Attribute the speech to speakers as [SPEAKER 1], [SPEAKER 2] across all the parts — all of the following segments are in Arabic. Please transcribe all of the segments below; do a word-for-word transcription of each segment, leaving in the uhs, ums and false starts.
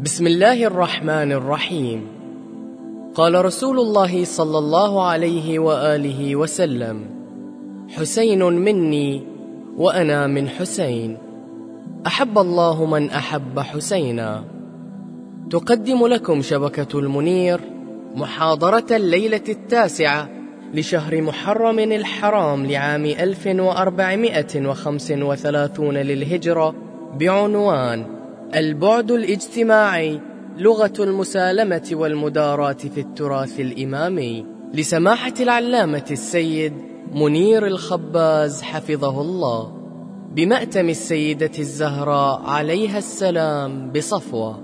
[SPEAKER 1] بسم الله الرحمن الرحيم. قال رسول الله صلى الله عليه وآله وسلم: حسين مني وأنا من حسين، أحب الله من أحب حسينا. تقدم لكم شبكة المنير محاضرة الليلة التاسعة لشهر محرم الحرام لعام ألف وأربعمائة وخمسة وثلاثين للهجرة بعنوان البعد الاجتماعي، لغة المسالمة والمداراة في التراث الإمامي، لسماحة العلامة السيد منير الخباز حفظه الله، بمأتم السيدة الزهراء عليها السلام بصفوة.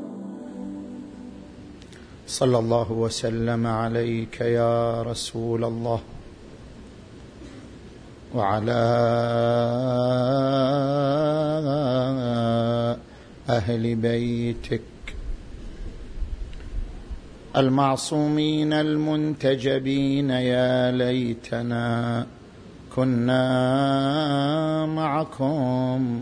[SPEAKER 2] صلى الله وسلم عليك يا رسول الله وعلى أهل بيتك المعصومين المنتجبين. يا ليتنا كنا معكم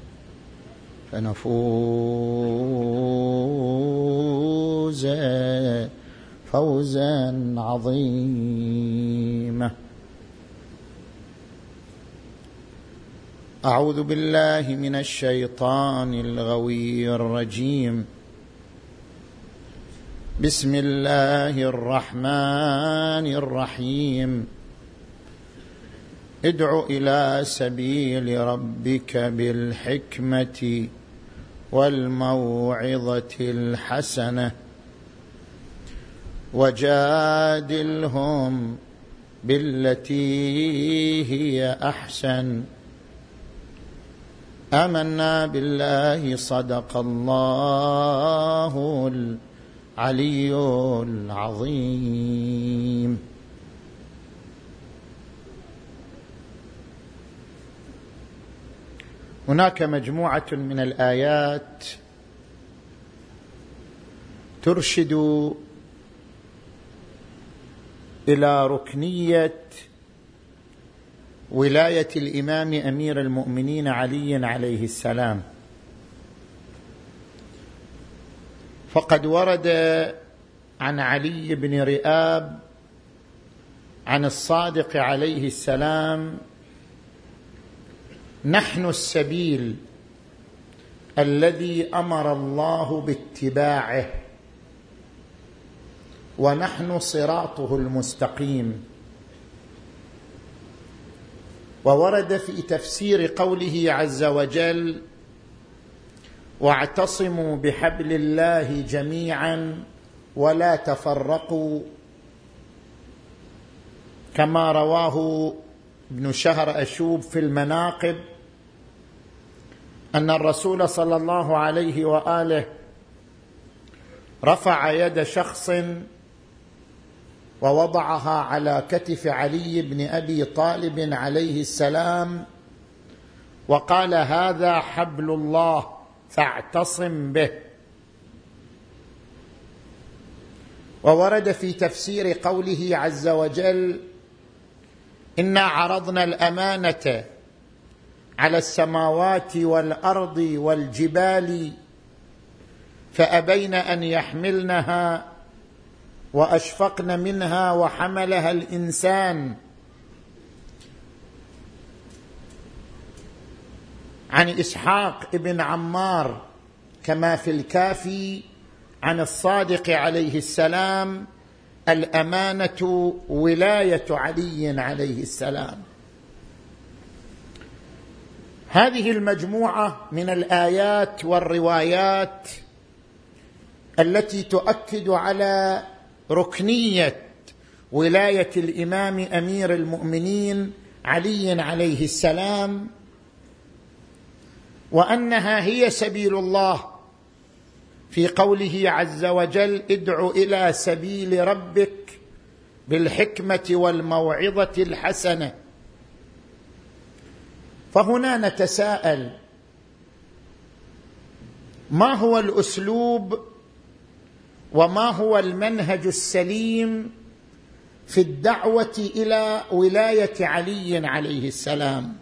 [SPEAKER 2] فنفوز فوزا عظيما. أعوذ بالله من الشيطان الغوي الرجيم. بسم الله الرحمن الرحيم. ادع إلى سبيل ربك بالحكمة والموعظة الحسنة وجادلهم بالتي هي أحسن. آمنا بالله صدق الله العلي العظيم. هناك مجموعة من الآيات ترشد إلى ركنية ولاية الإمام أمير المؤمنين علي عليه السلام. فقد ورد عن علي بن رئاب عن الصادق عليه السلام: نحن السبيل الذي أمر الله باتباعه، ونحن صراطه المستقيم. وورد في تفسير قوله عز وجل: واعتصموا بحبل الله جميعا ولا تفرقوا، كما رواه ابن شهر أشوب في المناقب أن الرسول صلى الله عليه وآله رفع يد شخص ووضعها على كتف علي بن أبي طالب عليه السلام وقال: هذا حبل الله فاعتصم به. وورد في تفسير قوله عز وجل: إنا عرضنا الأمانة على السماوات والأرض والجبال فأبين أن يحملنها وأشفقن منها وحملها الإنسان. عن إسحاق بن عمار كما في الكافي عن الصادق عليه السلام: الأمانة ولاية علي عليه السلام. هذه المجموعة من الآيات والروايات التي تؤكد على ركنية ولاية الإمام أمير المؤمنين علي عليه السلام، وأنها هي سبيل الله في قوله عز وجل: ادع إلى سبيل ربك بالحكمة والموعظة الحسنة. فهنا نتساءل: ما هو الأسلوب وما هو المنهج السليم في الدعوة إلى ولاية علي عليه السلام؟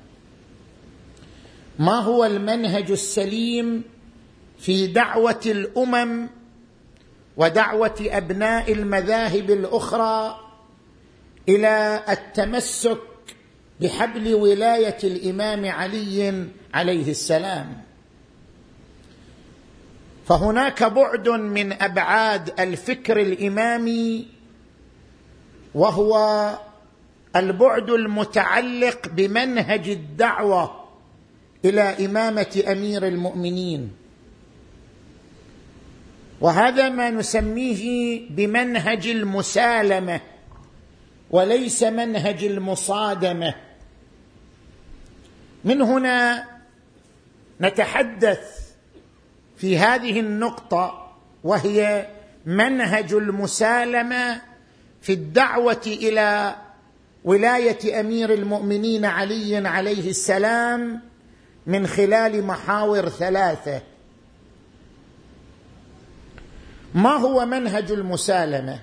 [SPEAKER 2] ما هو المنهج السليم في دعوة الأمم ودعوة أبناء المذاهب الأخرى إلى التمسك بحبل ولاية الإمام علي عليه السلام. فهناك بعد من أبعاد الفكر الإمامي، وهو البعد المتعلق بمنهج الدعوة إلى إمامة أمير المؤمنين، وهذا ما نسميه بمنهج المسالمة وليس منهج المصادمة. من هنا نتحدث في هذه النقطة، وهي منهج المسالمة في الدعوة إلى ولاية أمير المؤمنين علي عليه السلام، من خلال محاور ثلاثة. ما هو منهج المسالمة؟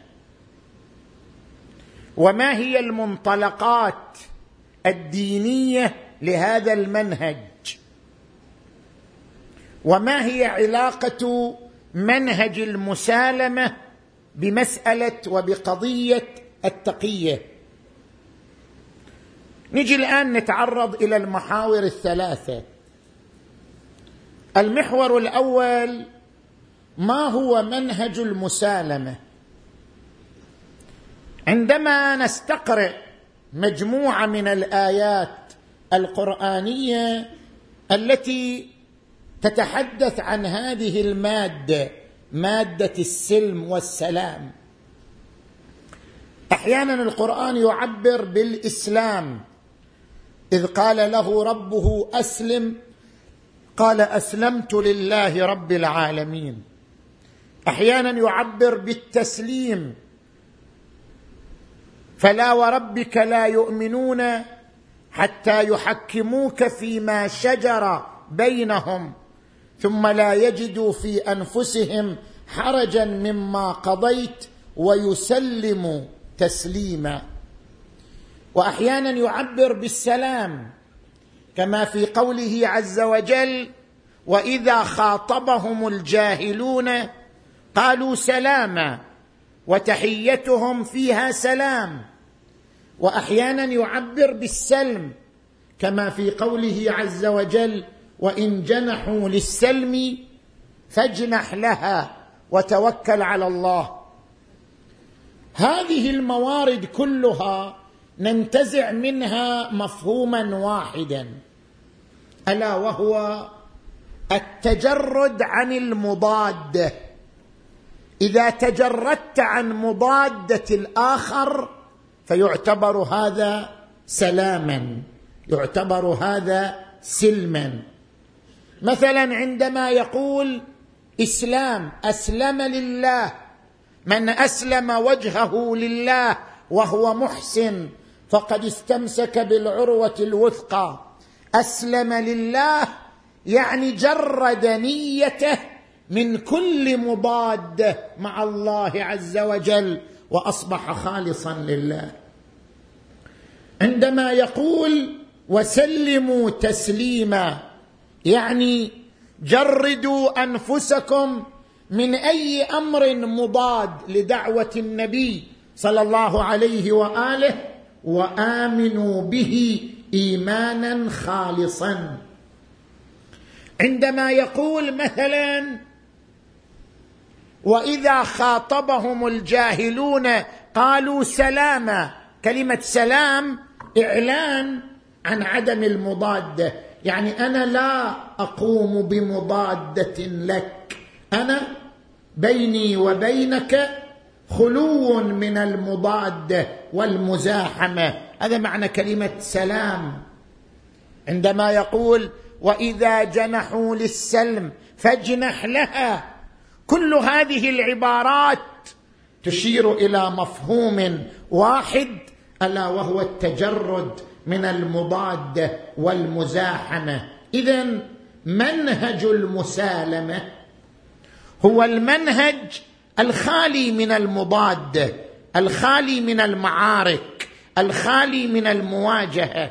[SPEAKER 2] وما هي المنطلقات الدينية لهذا المنهج؟ وما هي علاقة منهج المسالمة بمسألة وبقضية التقية؟ نجي الآن نتعرض إلى المحاور الثلاثة. المحور الأول: ما هو منهج المسالمة؟ عندما نستقرأ مجموعة من الآيات القرآنية التي تتحدث عن هذه المادة، مادة السلم والسلام، أحيانا القرآن يعبر بالإسلام، إذ قال له ربه أسلم قال أسلمت لله رب العالمين. أحيانا يعبر بالتسليم، فلا وربك لا يؤمنون حتى يحكموك فيما شجر بينهم ثم لا يجدوا في أنفسهم حرجا مما قضيت ويسلموا تسليما. وأحيانا يعبر بالسلام، كما في قوله عز وجل: وإذا خاطبهم الجاهلون قالوا سلاما وتحيتهم فيها سلام. وأحيانا يعبر بالسلم، كما في قوله عز وجل: وإن جنحوا للسلم فاجنح لها وتوكل على الله. هذه الموارد كلها ننتزع منها مفهوما واحدا، ألا وهو التجرد عن المضاد. إذا تجردت عن مضادة الآخر فيعتبر هذا سلاما، يعتبر هذا سلما. مثلا عندما يقول إسلام: أسلم لله، من أسلم وجهه لله وهو محسن فقد استمسك بالعروة الوثقى. أسلم لله يعني جرد نيته من كل مضاد مع الله عز وجل وأصبح خالصا لله. عندما يقول وسلموا تسليما يعني جردوا أنفسكم من أي أمر مضاد لدعوة النبي صلى الله عليه وآله وآمنوا به إيمانا خالصا. عندما يقول مثلا وإذا خاطبهم الجاهلون قالوا سلاما، كلمة سلام إعلان عن عدم المضادة، يعني أنا لا أقوم بمضادة لك، أنا بيني وبينك خلو من المضادة والمزاحمة. هذا معنى كلمة سلام. عندما يقول وإذا جنحوا للسلم فاجنح لها، كل هذه العبارات تشير إلى مفهوم واحد، ألا وهو التجرد من المضادة والمزاحمة. إذن منهج المسالمة هو المنهج الخالي من المضادة، الخالي من المعارك، الخالي من المواجهة.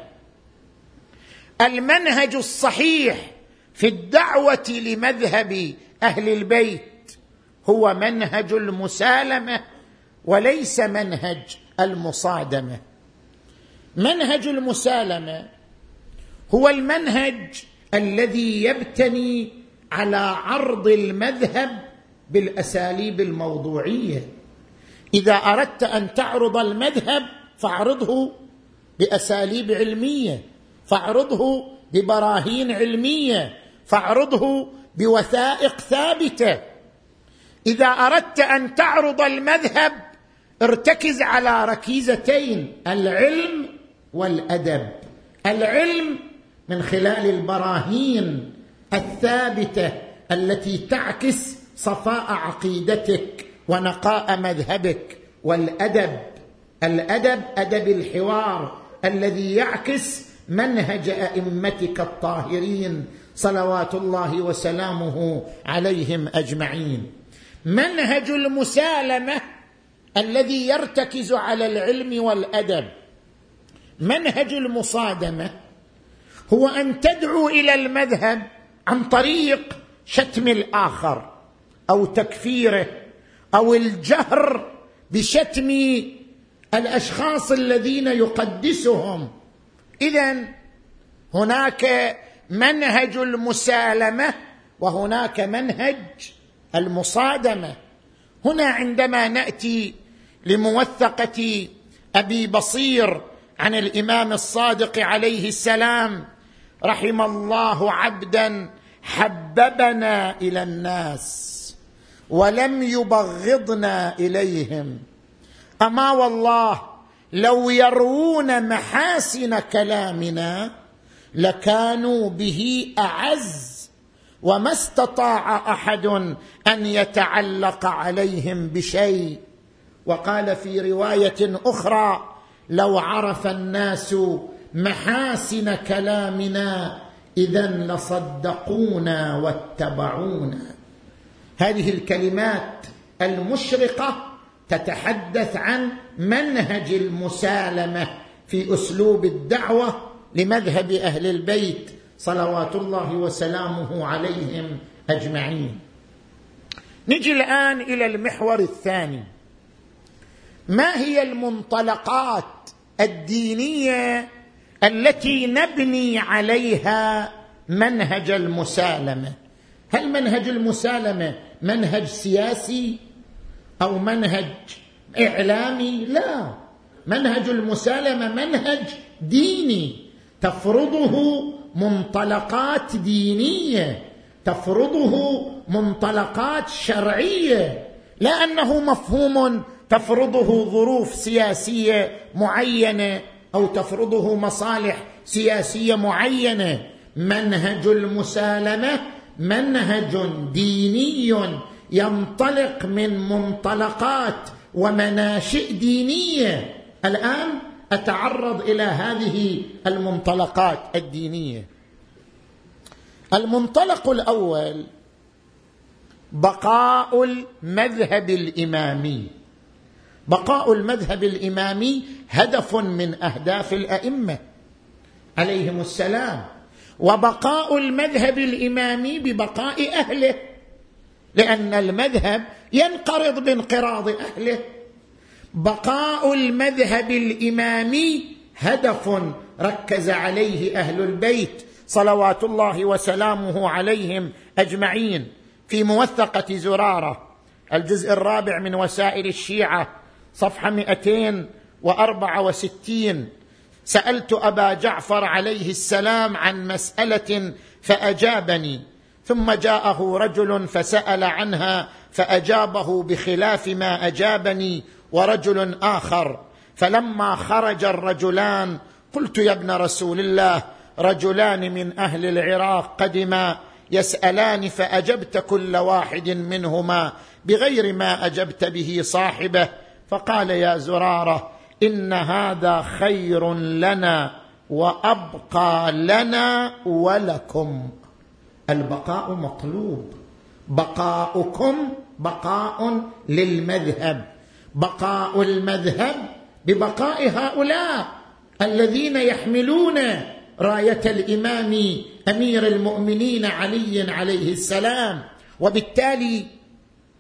[SPEAKER 2] المنهج الصحيح في الدعوة لمذهب أهل البيت هو منهج المسالمة وليس منهج المصادمة. منهج المسالمة هو المنهج الذي يبتني على عرض المذهب بالأساليب الموضوعية. إذا أردت أن تعرض المذهب فاعرضه بأساليب علمية، فاعرضه ببراهين علمية، فاعرضه بوثائق ثابتة. إذا أردت أن تعرض المذهب ارتكز على ركيزتين: العلم والأدب. العلم من خلال البراهين الثابتة التي تعكس صفاء عقيدتك ونقاء مذهبك، والأدب الأدب أدب الحوار الذي يعكس منهج أئمتك الطاهرين صلوات الله وسلامه عليهم أجمعين. منهج المسالمة الذي يرتكز على العلم والأدب. منهج المصادمة هو أن تدعو إلى المذهب عن طريق شتم الآخر أو تكفيره أو الجهر بشتم الأشخاص الذين يقدسهم. إذن هناك منهج المسالمة وهناك منهج المصادمة. هنا عندما نأتي لموثقة أبي بصير عن الإمام الصادق عليه السلام: رحم الله عبدا حببنا إلى الناس ولم يبغضنا إليهم، أما والله لو يروون محاسن كلامنا لكانوا به أعز، وما استطاع أحد أن يتعلق عليهم بشيء. وقال في رواية أخرى: لو عرف الناس محاسن كلامنا إذن لصدقونا واتبعونا. هذه الكلمات المشرقة تتحدث عن منهج المسالمة في أسلوب الدعوة لمذهب أهل البيت صلوات الله وسلامه عليهم أجمعين. نجي الآن إلى المحور الثاني: ما هي المنطلقات الدينية التي نبني عليها منهج المسالمة؟ هل منهج المسالمة منهج سياسي أو منهج إعلامي؟ لا، منهج المسالمة منهج ديني تفرضه منطلقات دينية، تفرضه منطلقات شرعية، لا أنه مفهوم تفرضه ظروف سياسية معينة أو تفرضه مصالح سياسية معينة. منهج المسالمة منهج ديني ينطلق من منطلقات ومناشئ دينية. الآن أتعرض إلى هذه المنطلقات الدينية. المنطلق الأول: بقاء المذهب الإمامي. بقاء المذهب الإمامي هدف من أهداف الأئمة عليهم السلام، وبقاء المذهب الإمامي ببقاء أهله، لأن المذهب ينقرض بانقراض أهله. بقاء المذهب الإمامي هدف ركز عليه أهل البيت صلوات الله وسلامه عليهم أجمعين. في موثقة زرارة الجزء الرابع من وسائل الشيعة صفحة مئتين وأربعة وستين: سألت أبا جعفر عليه السلام عن مسألة فأجابني، ثم جاءه رجل فسأل عنها فأجابه بخلاف ما أجابني ورجل آخر، فلما خرج الرجلان قلت: يا ابن رسول الله، رجلان من أهل العراق قدما يسألان فأجبت كل واحد منهما بغير ما أجبت به صاحبه. فقال: يا زرارة، إن هذا خير لنا وأبقى لنا ولكم. البقاء مطلوب، بقاؤكم بقاء للمذهب، بقاء المذهب ببقاء هؤلاء الذين يحملون راية الإمام أمير المؤمنين علي عليه السلام. وبالتالي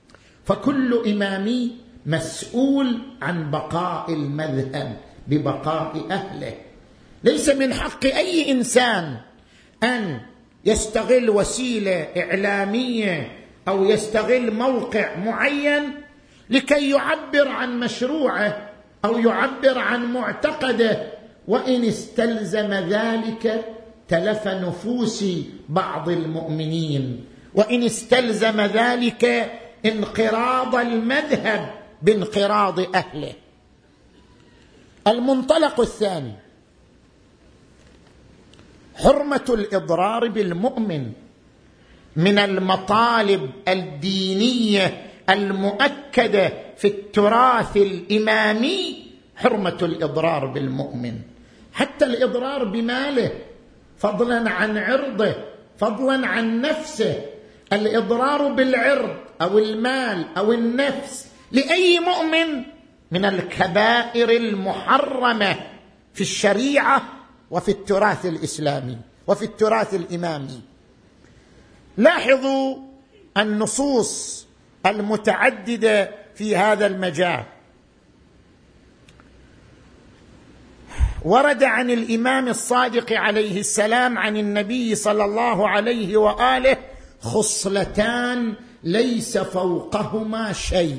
[SPEAKER 2] فكل إمامي مسؤول عن بقاء المذهب ببقاء أهله. ليس من حق أي إنسان أن يستغل وسيلة إعلامية أو يستغل موقع معين لكي يعبر عن مشروعه أو يعبر عن معتقده، وإن استلزم ذلك تلف نفوس بعض المؤمنين، وإن استلزم ذلك انقراض المذهب بانقراض أهله. المنطلق الثاني حرمة الإضرار بالمؤمن. من المطالب الدينية المؤكدة في التراث الإمامي حرمة الإضرار بالمؤمن، حتى الإضرار بماله، فضلا عن عرضه، فضلا عن نفسه. الإضرار بالعرض أو المال أو النفس لأي مؤمن من الكبائر المحرمة في الشريعة وفي التراث الإسلامي وفي التراث الإمامي. لاحظوا النصوص المتعددة في هذا المجال. ورد عن الإمام الصادق عليه السلام عن النبي صلى الله عليه وآله: خصلتان ليس فوقهما شيء،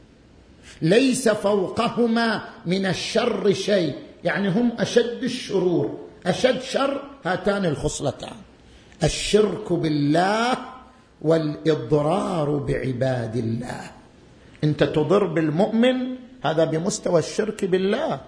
[SPEAKER 2] ليس فوقهما من الشر شيء، يعني هم أشد الشرور، أشد شر هاتان الخصلتان: الشرك بالله والإضرار بعباد الله. أنت تضر بالمؤمن، هذا بمستوى الشرك بالله.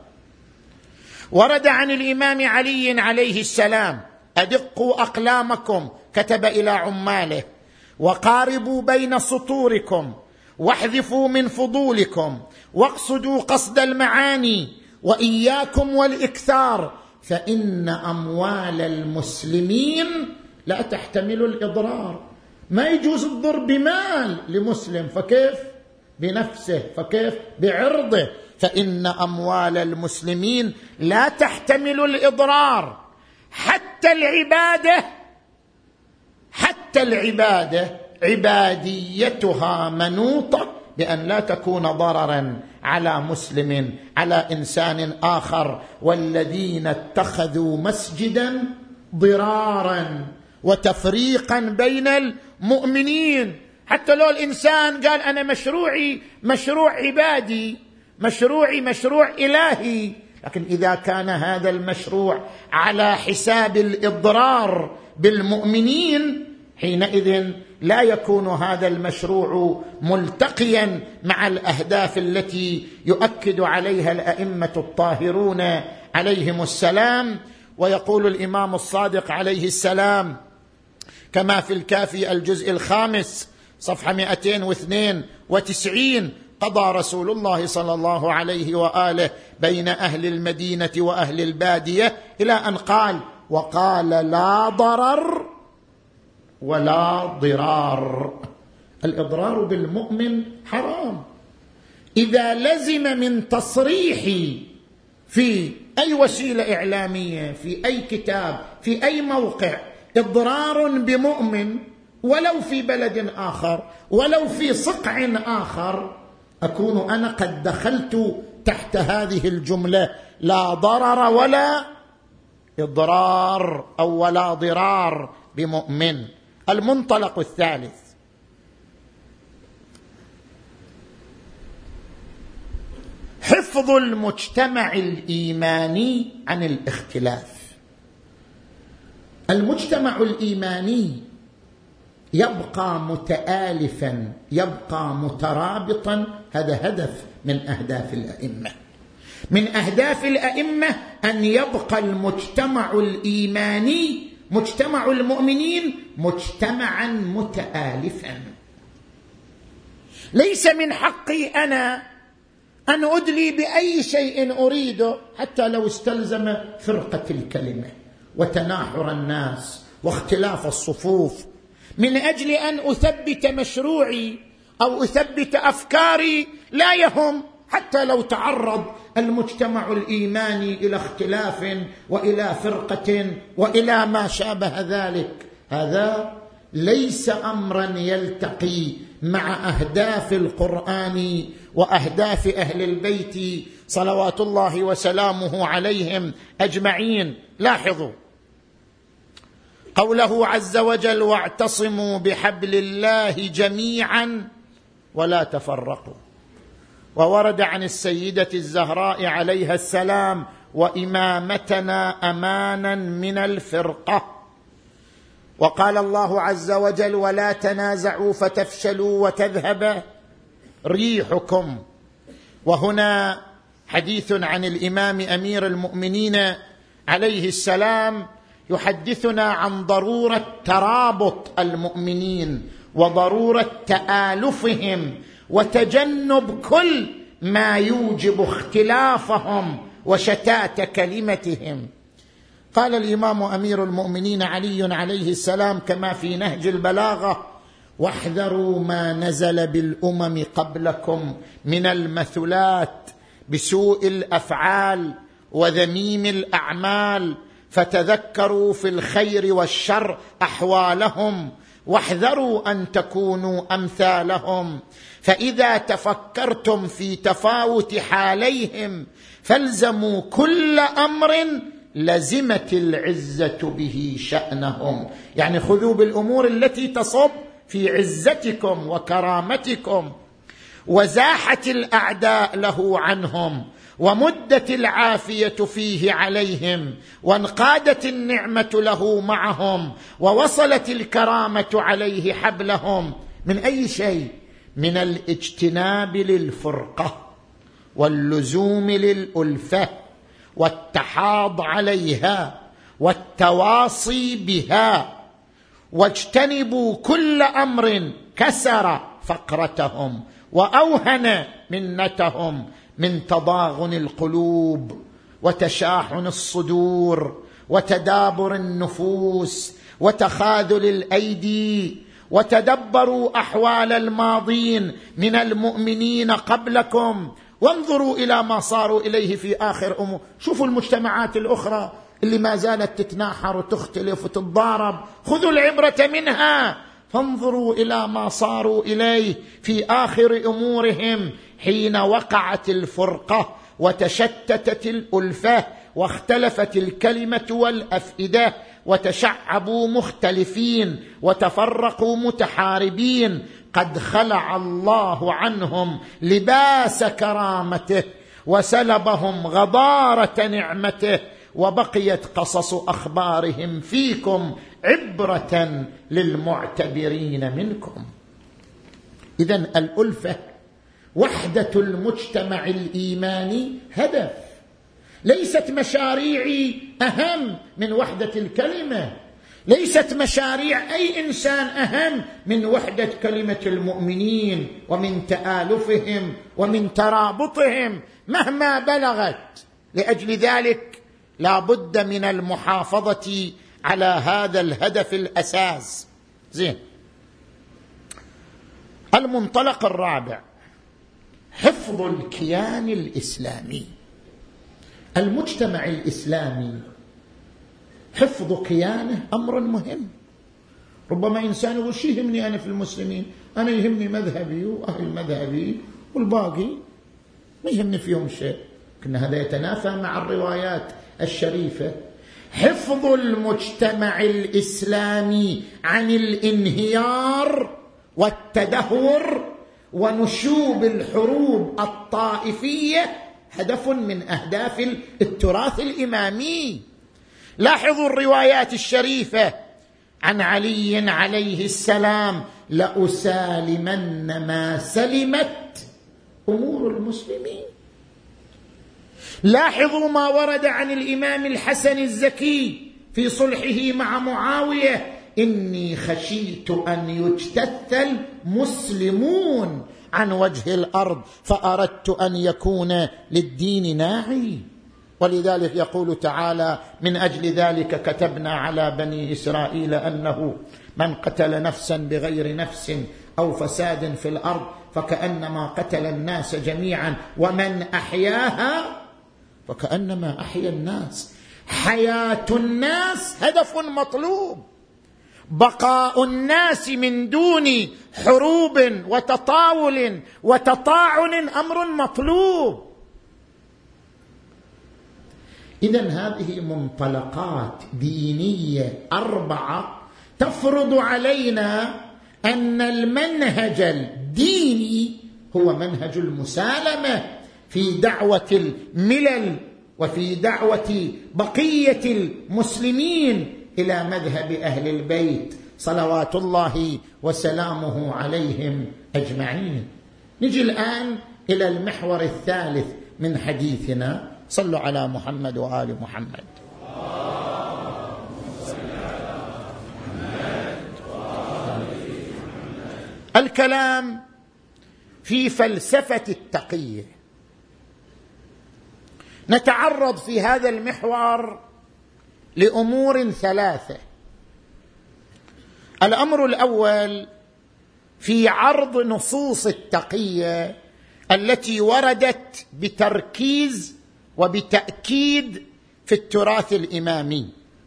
[SPEAKER 2] ورد عن الإمام علي عليه السلام: أدقوا أقلامكم، كتب إلى عماله، وقاربوا بين سطوركم، واحذفوا من فضولكم، واقصدوا قصد المعاني، وإياكم والإكثار، فإن أموال المسلمين لا تحتمل الإضرار. ما يجوز الضر بمال لمسلم، فكيف بنفسه، فكيف بعرضه. فإن أموال المسلمين لا تحتمل الإضرار. حتى العبادة، حتى العبادة عباديتها منوطة بأن لا تكون ضررا على مسلم، على إنسان آخر. والذين اتخذوا مسجدا ضرارا وتفريقا بين المؤمنين. حتى لو الإنسان قال أنا مشروعي مشروع عبادي، مشروعي مشروع إلهي، لكن إذا كان هذا المشروع على حساب الإضرار بالمؤمنين، حينئذ لا يكون هذا المشروع ملتقيا مع الأهداف التي يؤكد عليها الأئمة الطاهرون عليهم السلام. ويقول الإمام الصادق عليه السلام كما في الكافي الجزء الخامس صفحة مئتين واثنين وتسعين: قضى رسول الله صلى الله عليه وآله بين أهل المدينة وأهل البادية، إلى أن قال: وقال لا ضرر ولا ضرار. الإضرار بالمؤمن حرام. إذا لزم من تصريحي في أي وسيلة إعلامية، في أي كتاب، في أي موقع، إضرار بمؤمن ولو في بلد آخر، ولو في صقع آخر، أكون أنا قد دخلت تحت هذه الجملة: لا ضرر ولا إضرار أو ولا ضرار بمؤمن. المنطلق الثالث حفظ المجتمع الإيماني عن الاختلاف. المجتمع الإيماني يبقى متآلفا، يبقى مترابطا. هذا هدف من أهداف الأئمة. من أهداف الأئمة أن يبقى المجتمع الإيماني، مجتمع المؤمنين، مجتمعا متآلفا. ليس من حقي أنا أن أدلي بأي شيء أريده، حتى لو استلزم فرقة الكلمة وتناحر الناس واختلاف الصفوف، من أجل أن أثبت مشروعي أو أثبت أفكاري. لا يهم حتى لو تعرض المجتمع الإيماني إلى اختلاف وإلى فرقة وإلى ما شابه ذلك. هذا ليس أمرا يلتقي مع أهداف القرآن وأهداف أهل البيت صلوات الله وسلامه عليهم أجمعين. لاحظوا قوله عز وجل: واعتصموا بحبل الله جميعا ولا تفرقوا. وورد عن السيدة الزهراء عليها السلام: وإمامتنا أمانا من الفرقة. وقال الله عز وجل: ولا تنازعوا فتفشلوا وتذهب ريحكم. وهنا حديث عن الإمام أمير المؤمنين عليه السلام يحدثنا عن ضرورة ترابط المؤمنين وضرورة تآلفهم وتجنب كل ما يوجب اختلافهم وشتات كلمتهم. قال الإمام أمير المؤمنين علي عليه السلام كما في نهج البلاغة: واحذروا ما نزل بالأمم قبلكم من المثلات بسوء الأفعال وذميم الأعمال، فتذكروا في الخير والشر أحوالهم، واحذروا أن تكونوا أمثالهم، فإذا تفكرتم في تفاوت حاليهم فالزموا كل أمر لزمت العزة به شأنهم. يعني خذوا بالأمور التي تصب في عزتكم وكرامتكم، وزاحت الأعداء له عنهم، ومدت العافية فيه عليهم، وانقادت النعمة له معهم، ووصلت الكرامة عليه حبلهم. من أي شيء؟ من الاجتناب للفرقة واللزوم للألفة والتحاض عليها والتواصي بها. واجتنبوا كل أمر كسر فقرتهم وأوهن منتهم من تضاغن القلوب وتشاحن الصدور وتدابر النفوس وتخاذل الأيدي. وتدبروا أحوال الماضين من المؤمنين قبلكم، وانظروا إلى ما صاروا إليه في آخر أمور. شوفوا المجتمعات الأخرى اللي ما زالت تتناحر وتختلف وتتضارب، خذوا العبرة منها، فانظروا إلى ما صاروا إليه في آخر أمورهم حين وقعت الفرقة وتشتتت الألفة واختلفت الكلمة والأفئدة، وتشعبوا مختلفين وتفرقوا متحاربين. قد خلع الله عنهم لباس كرامته وسلبهم غبارة نعمته، وبقيت قصص أخبارهم فيكم عبرة للمعتبرين منكم. إذن الألفة وحدة المجتمع الإيماني هدف، ليست مشاريعي أهم من وحدة الكلمة، ليست مشاريع أي إنسان أهم من وحدة كلمة المؤمنين ومن تآلفهم ومن ترابطهم مهما بلغت. لأجل ذلك لا بد من المحافظة على هذا الهدف الأساس. زين. المنطلق الرابع: حفظ الكيان الإسلامي. المجتمع الإسلامي حفظ كيانه أمر مهم. ربما إنسان يقول: شو يهمني أنا في المسلمين؟ أنا يهمني مذهبي وأهل مذهبي والباقي ما يهمني فيهم شيء. لكن هذا يتنافى مع الروايات الشريفة. حفظ المجتمع الإسلامي عن الانهيار والتدهور ونشوب الحروب الطائفية هدف من أهداف التراث الإمامي. لاحظوا الروايات الشريفة عن علي عليه السلام: لأسالمن ما سلمت أمور المسلمين. لاحظوا ما ورد عن الإمام الحسن الزكي في صلحه مع معاوية: إني خشيت أن يجتث المسلمون عن وجه الأرض فأردت أن يكون للدين ناعي. ولذلك يقول تعالى: من أجل ذلك كتبنا على بني إسرائيل أنه من قتل نفسا بغير نفس أو فساد في الأرض فكأنما قتل الناس جميعا ومن أحياها فكأنما أحيا الناس. حياة الناس هدف مطلوب، بقاء الناس من دون حروب وتطاول وتطاعن أمر مطلوب. إذن هذه منطلقات دينية أربعة تفرض علينا أن المنهج الديني هو منهج المسالمة في دعوة الملل وفي دعوة بقية المسلمين إلى مذهب أهل البيت صلوات الله وسلامه عليهم أجمعين. نجي الآن إلى المحور الثالث من حديثنا. صلوا على محمد وآل محمد. الكلام في فلسفة التقية. نتعرض في هذا المحور لأمور ثلاثة. الأمر الأول في عرض نصوص التقية التي وردت بتركيز وبتأكيد في التراث الإمامي.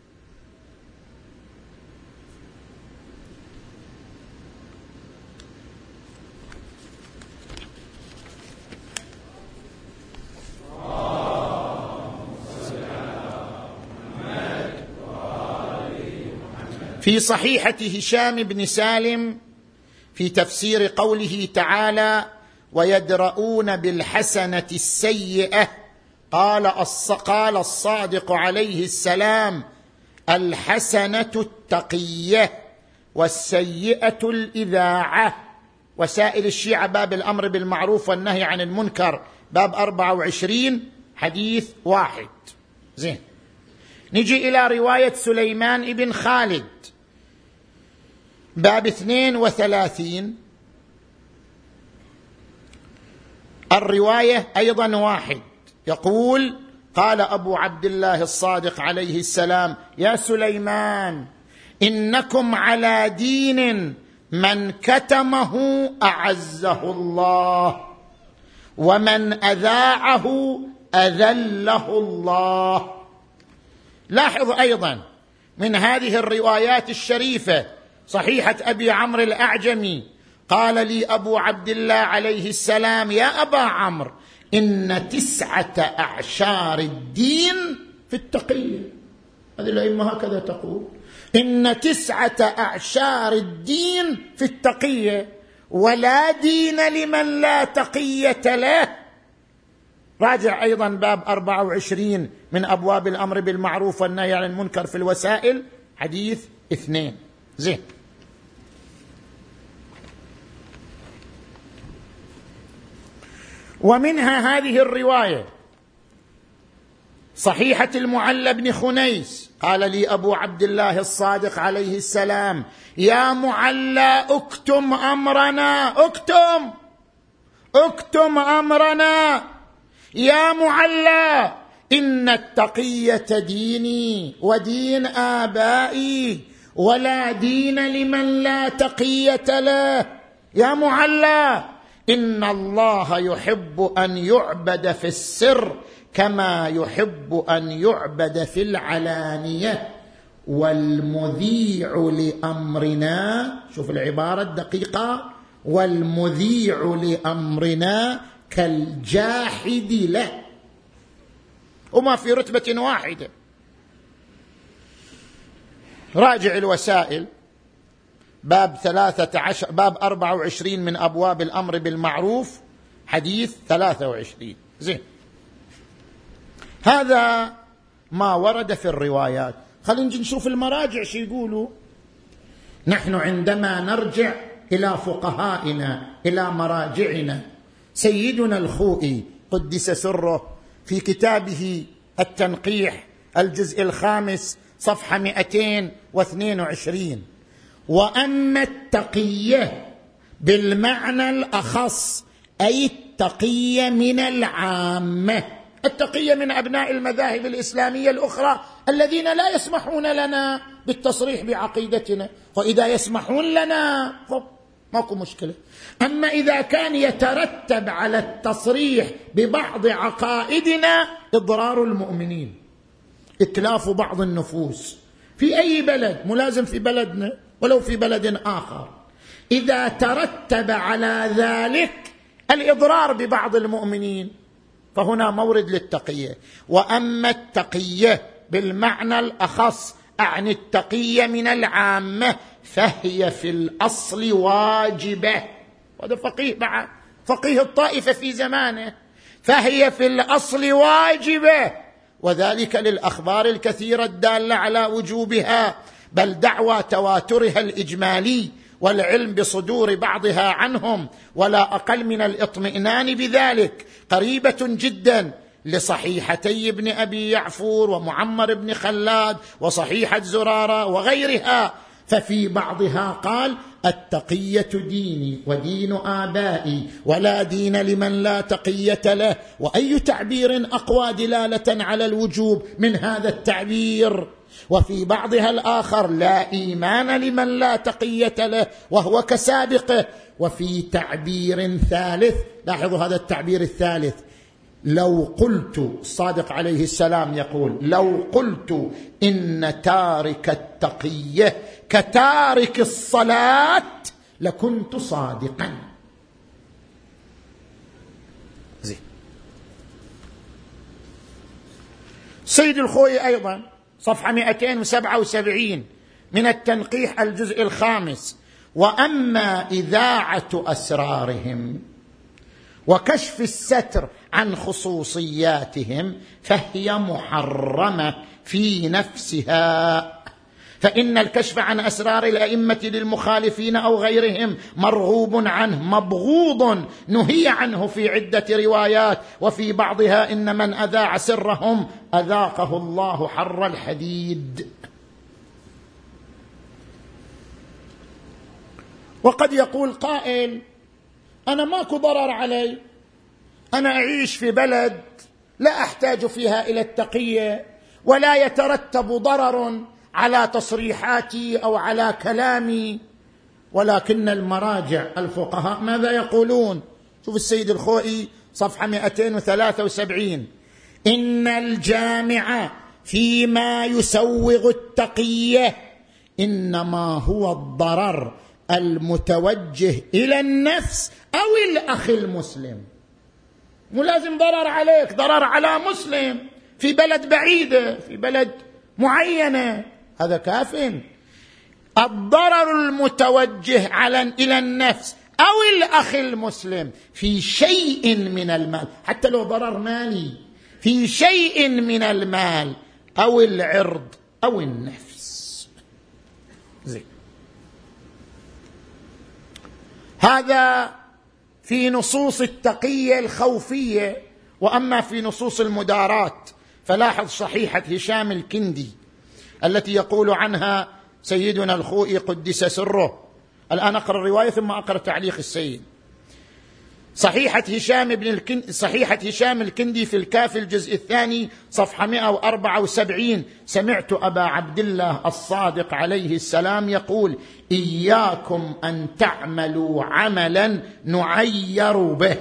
[SPEAKER 2] في صحيحة هشام بن سالم في تفسير قوله تعالى: ويدرؤون بالحسنة السيئة، قال قال الصادق عليه السلام: الحسنة التقية والسيئة الإذاعة. وسائل الشيعة باب الأمر بالمعروف والنهي عن المنكر باب أربعة وعشرين حديث واحد. زين، نجي إلى رواية سليمان بن خالد باب اثنين وثلاثين، الرواية أيضا واحد، يقول: قال أبو عبد الله الصادق عليه السلام: يا سليمان، إنكم على دين من كتمه أعزه الله، ومن أذاعه أذله الله. لاحظ أيضا من هذه الروايات الشريفة صحيحة أبي عمرو الأعجمي: قال لي أبو عبد الله عليه السلام: يا أبا عمرو، إن تسعة أعشار الدين في التقية. هذه الأئمة هكذا تقول: إن تسعة أعشار الدين في التقية، ولا دين لمن لا تقية له. راجع أيضا باب أربعة وعشرين من أبواب الأمر بالمعروف والنهي عن المنكر في الوسائل حديث اثنين. زين، ومنها هذه الرواية صحيحة المعلى بن خنيس: قال لي أبو عبد الله الصادق عليه السلام: يا معلى، اكتم أمرنا، اكتم اكتم أمرنا يا معلى، إن التقية ديني ودين آبائي، ولا دين لمن لا تقية له. يا معلى، إن الله يحب أن يعبد في السر كما يحب أن يعبد في العلانية، والمذيع لأمرنا، شوف العبارة الدقيقة، والمذيع لأمرنا كالجاحد له، وما في رتبة واحدة. راجع الوسائل باب ثلاثة عشر باب أربعة وعشرين من أبواب الأمر بالمعروف حديث ثلاثة وعشرين. زين، هذا ما ورد في الروايات. خلينا نجي نشوف المراجع شو يقولوا. نحن عندما نرجع إلى فقهائنا، إلى مراجعنا، سيدنا الخوئي قدس سره في كتابه التنقيح الجزء الخامس صفحة مئتين واثنين وعشرين: وأما التقية بالمعنى الأخص، أي التقية من العامة، التقية من أبناء المذاهب الإسلامية الأخرى الذين لا يسمحون لنا بالتصريح بعقيدتنا، وإذا يسمحون لنا ماكو مشكلة. أما إذا كان يترتب على التصريح ببعض عقائدنا إضرار المؤمنين، إتلاف بعض النفوس في أي بلد، ملازم في بلدنا ولو في بلد آخر، إذا ترتب على ذلك الإضرار ببعض المؤمنين فهنا مورد للتقية. وأما التقية بالمعنى الأخص، أعني التقية من العامة، فهي في الأصل واجبة. هذا فقيه بعد، فقيه الطائفة في زمانه، فهي في الأصل واجبة، وذلك للأخبار الكثيرة الدالة على وجوبها، بل دعوى تواترها الإجمالي والعلم بصدور بعضها عنهم ولا أقل من الاطمئنان بذلك قريبة جدا لصحيحتي ابن أبي يعفور ومعمر بن خلاد وصحيحة زرارة وغيرها. ففي بعضها قال: التقية ديني ودين آبائي ولا دين لمن لا تقية له. وأي تعبير أقوى دلالة على الوجوب من هذا التعبير؟ وفي بعضها الآخر: لا إيمان لمن لا تقية له وهو كسابقه. وفي تعبير ثالث، لاحظوا هذا التعبير الثالث: لو قلت، الصادق عليه السلام يقول: لو قلت إن تارك التقية كتارك الصلاة لكنت صادقا. زين. سيد الخوئي أيضا صفحة مئتين وسبعة وسبعين من التنقيح الجزء الخامس: وأما إذاعة أسرارهم وكشف الستر عن خصوصياتهم فهي محرمة في نفسها، فإن الكشف عن أسرار الأئمة للمخالفين أو غيرهم مرغوب عنه مبغوض نهي عنه في عدة روايات، وفي بعضها: إن من أذاع سرهم أذاقه الله حر الحديد. وقد يقول قائل: أنا ماكو ضرر علي، أنا أعيش في بلد لا أحتاج فيها إلى التقية ولا يترتب ضرر على تصريحاتي أو على كلامي. ولكن المراجع الفقهاء ماذا يقولون؟ شوف السيد الخوئي صفحة مئتين وثلاثة وسبعين: إن الجامع فيما يسوغ التقية إنما هو الضرر المتوجه إلى النفس أو الأخ المسلم. مو لازم ضرر عليك، ضرر على مسلم في بلد بعيدة، في بلد معينة، هذا كاف. الضرر المتوجه على إلى النفس أو الأخ المسلم في شيء من المال، حتى لو ضرر مالي، في شيء من المال أو العرض أو النفس. زين. هذا في نصوص التقية الخوفية. وأما في نصوص المدارات فلاحظ صحيحة هشام الكندي التي يقول عنها سيدنا الخوئي قدس سره. الآن أقرأ الرواية ثم أقرأ تعليق السيد. صحيحة هشام بن الكندي، صحيحة هشام الكندي في الكافي الجزء الثاني صفحة مئة وأربعة وسبعين: سمعت أبا عبد الله الصادق عليه السلام يقول: إياكم أن تعملوا عملا نعير به،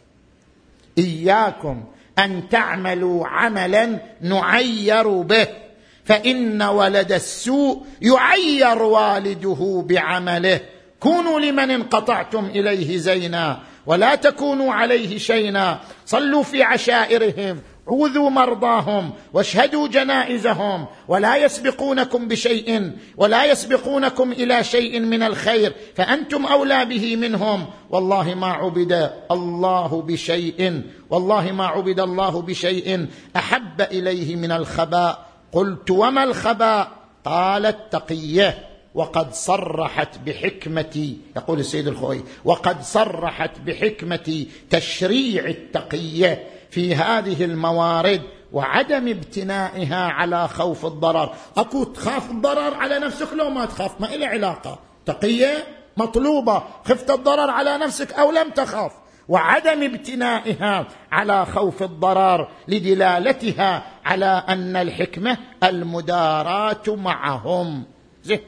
[SPEAKER 2] إياكم أن تعملوا عملا نعير به، فإن ولد السوء يعير والده بعمله. كونوا لمن انقطعتم إليه زينا ولا تكونوا عليه شينا، صلوا في عشائرهم، عوذوا مرضاهم، واشهدوا جنائزهم، ولا يسبقونكم بشيء ولا يسبقونكم إلى شيء من الخير فأنتم أولى به منهم. والله ما عبد الله بشيء والله ما عبد الله بشيء أحب إليه من الخباء. قلت: وما الخباء؟ قال: التقية. وقد صرحت بحكمة، يقول السيد الخوئي، وقد صرحت بحكمة تشريع التقية في هذه الموارد وعدم ابتنائها على خوف الضرر. أكو تخاف الضرر على نفسك لو ما تخاف، ما إلى علاقة، تقية مطلوبة، خفت الضرر على نفسك أو لم تخاف، وعدم ابتنائها على خوف الضرر لدلالتها على أن الحكمة المداراة معهم. زين.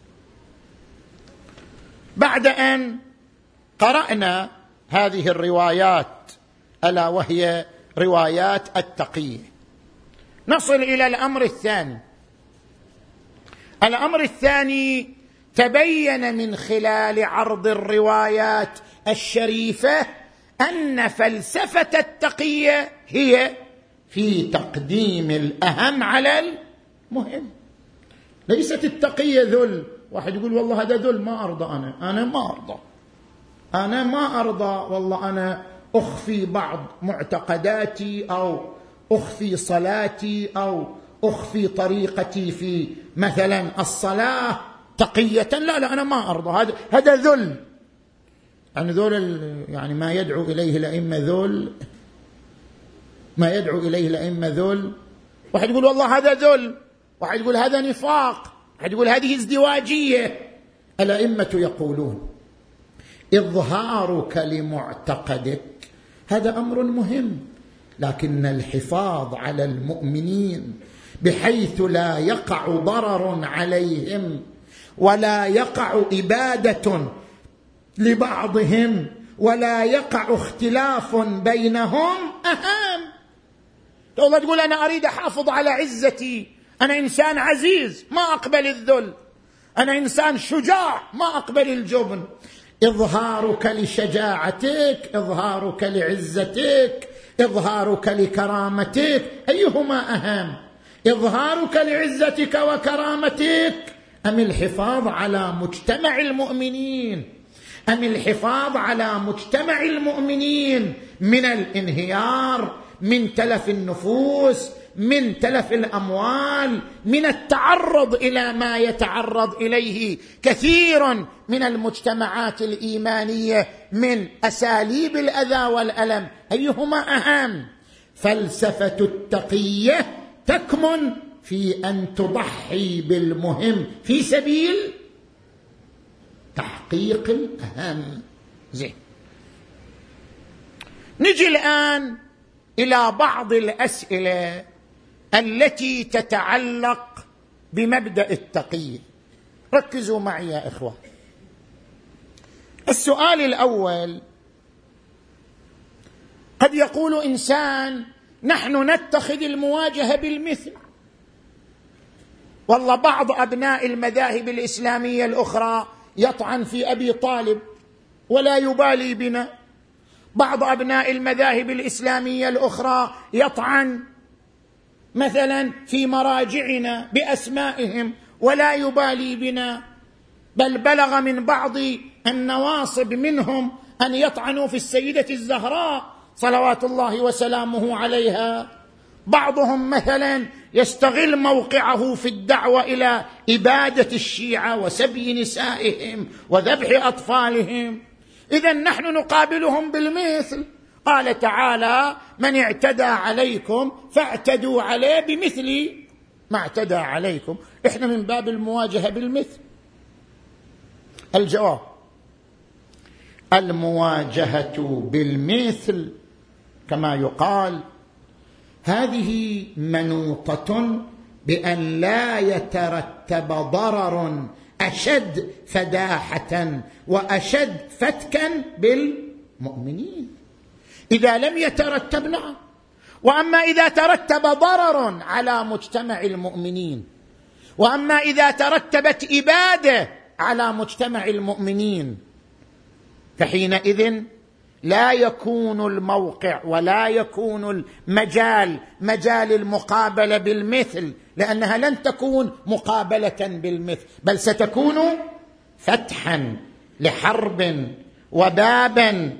[SPEAKER 2] بعد أن قرأنا هذه الروايات ألا وهي روايات التقية، نصل إلى الأمر الثاني. الأمر الثاني تبين من خلال عرض الروايات الشريفة أن فلسفة التقية هي في تقديم الأهم على المهم. ليست التقية ذل. واحد يقول والله هذا ذل، ما أرضى، أنا أنا ما أرضى أنا ما أرضى والله أنا أخفي بعض معتقداتي أو أخفي صلاتي أو أخفي طريقتي في مثلا الصلاة تقية. لا لا أنا ما أرضى، هذا هذا ذل. يعني ذول يعني ما يدعو إليه الأئمة ذل، ما يدعو إليه الأئمة ذل. واحد يقول والله هذا ذل، واحد يقول هذا نفاق، واحد يقول هذه ازدواجية. الأئمة يقولون إظهارك لمعتقدك هذا أمر مهم، لكن الحفاظ على المؤمنين بحيث لا يقع ضرر عليهم ولا يقع إبادة لبعضهم ولا يقع اختلاف بينهم أهم. والله تقول أنا أريد أحافظ على عزتي، أنا إنسان عزيز ما أقبل الذل، أنا إنسان شجاع ما أقبل الجبن. إظهارك لشجاعتك، إظهارك لعزتك، إظهارك لكرامتك، أيهما أهم؟ إظهارك لعزتك وكرامتك أم الحفاظ على مجتمع المؤمنين؟ أم الحفاظ على مجتمع المؤمنين من الانهيار، من تلف النفوس، من تلف الأموال، من التعرض إلى ما يتعرض إليه كثير من المجتمعات الإيمانية من أساليب الأذى والألم؟ أيهما أهم؟ فلسفة التقية تكمن في أن تضحي بالمهم في سبيل تحقيق الأهم. زين، نجي الآن إلى بعض الأسئلة التي تتعلق بمبدأ التقية. ركزوا معي يا إخوة. السؤال الأول: قد يقول إنسان نحن نتخذ المواجهة بالمثل، والله بعض أبناء المذاهب الإسلامية الأخرى يطعن في أبي طالب ولا يبالي بنا، بعض أبناء المذاهب الإسلامية الأخرى يطعن مثلا في مراجعنا بأسمائهم ولا يبالي بنا، بل بلغ من بعض النواصب منهم أن يطعنوا في السيدة الزهراء صلوات الله وسلامه عليها. بعضهم مثلا يستغل موقعه في الدعوة إلى إبادة الشيعة وسبي نسائهم وذبح أطفالهم. إذن نحن نقابلهم بالمثل. قال تعالى: من اعتدى عليكم فاعتدوا عليه بمثل ما اعتدى عليكم. إحنا من باب المواجهة بالمثل. الجواب: المواجهة بالمثل كما يقال هذه منوطة بأن لا يترتب ضرر أشد فداحة وأشد فتكا بالمؤمنين. إذا لم يترتب نعم، وأما إذا ترتب ضرر على مجتمع المؤمنين، وأما إذا ترتبت إبادة على مجتمع المؤمنين، فحينئذ لا يكون الموقع ولا يكون المجال مجال المقابلة بالمثل، لأنها لن تكون مقابلة بالمثل، بل ستكون فتحا لحرب وبابا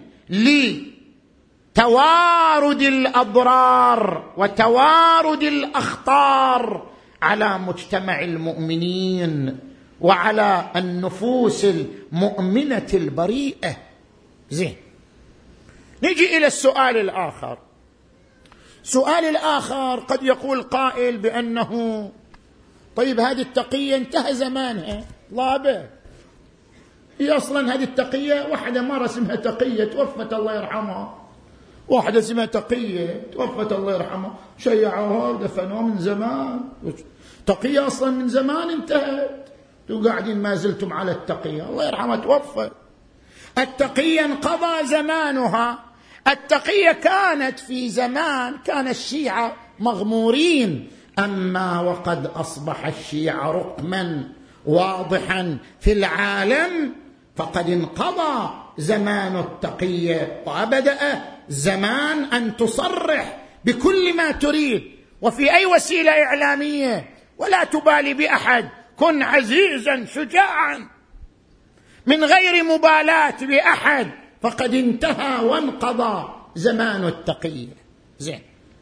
[SPEAKER 2] لتوارد الأضرار وتوارد الأخطار على مجتمع المؤمنين وعلى النفوس المؤمنة البريئة. زين، نجي إلى السؤال الآخر. سؤال الآخر: قد يقول قائل بأنه طيب هذه التقية انتهى زمانها، لا بأس، هي أصلا هذه التقية واحدة مرة اسمها تقية توفت الله يرحمها، واحدة اسمها تقية توفت الله يرحمها، شيعوها ودفنوها من زمان، تقية أصلا من زمان انتهت، وقاعدين ما زلتم على التقية، الله يرحمها توفت. التقية انقضى زمانها. التقية كانت في زمان كان الشيعة مغمورين، أما وقد أصبح الشيعة رقما واضحا في العالم فقد انقضى زمان التقية وبدأ زمان أن تصرح بكل ما تريد وفي أي وسيلة إعلامية ولا تبالي بأحد، كن عزيزا شجاعا من غير مبالاة بأحد، فقد انتهى وانقضى زمان التقية. زين،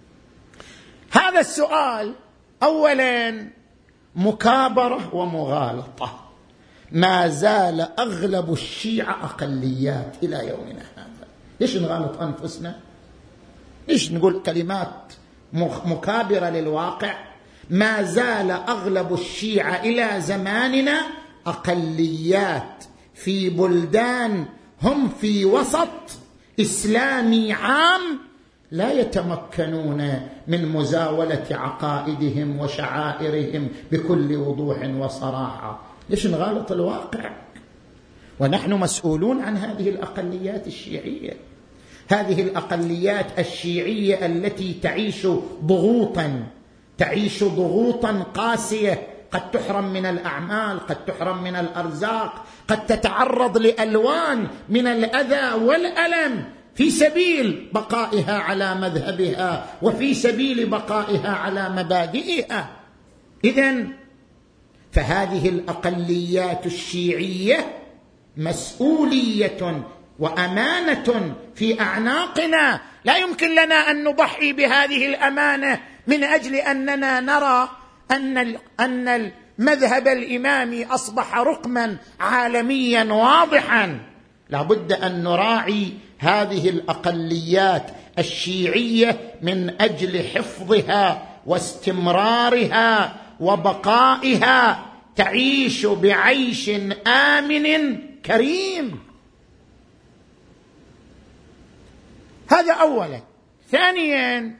[SPEAKER 2] هذا السؤال أولا مكابرة ومغالطة. ما زال أغلب الشيعة أقليات إلى يومنا هذا. ليش نغالط أنفسنا؟ ليش نقول كلمات مكابرة للواقع؟ ما زال أغلب الشيعة إلى زماننا أقليات في بلدان هم في وسط إسلامي عام لا يتمكنون من مزاولة عقائدهم وشعائرهم بكل وضوح وصراحة. ليش نغالط الواقع؟ ونحن مسؤولون عن هذه الأقليات الشيعية، هذه الأقليات الشيعية التي تعيش ضغوطا تعيش ضغوطا قاسية، قد تحرم من الأعمال، قد تحرم من الأرزاق، قد تتعرض لألوان من الأذى والألم في سبيل بقائها على مذهبها وفي سبيل بقائها على مبادئها. إذن فهذه الأقليات الشيعية مسؤولية وأمانة في أعناقنا، لا يمكن لنا أن نضحي بهذه الأمانة من أجل أننا نرى أن أن المذهب الإمامي أصبح رقما عالميا واضحا. لا بد أن نراعي هذه الأقليات الشيعية من أجل حفظها واستمرارها وبقائها تعيش بعيش آمن كريم. هذا أولا. ثانيا،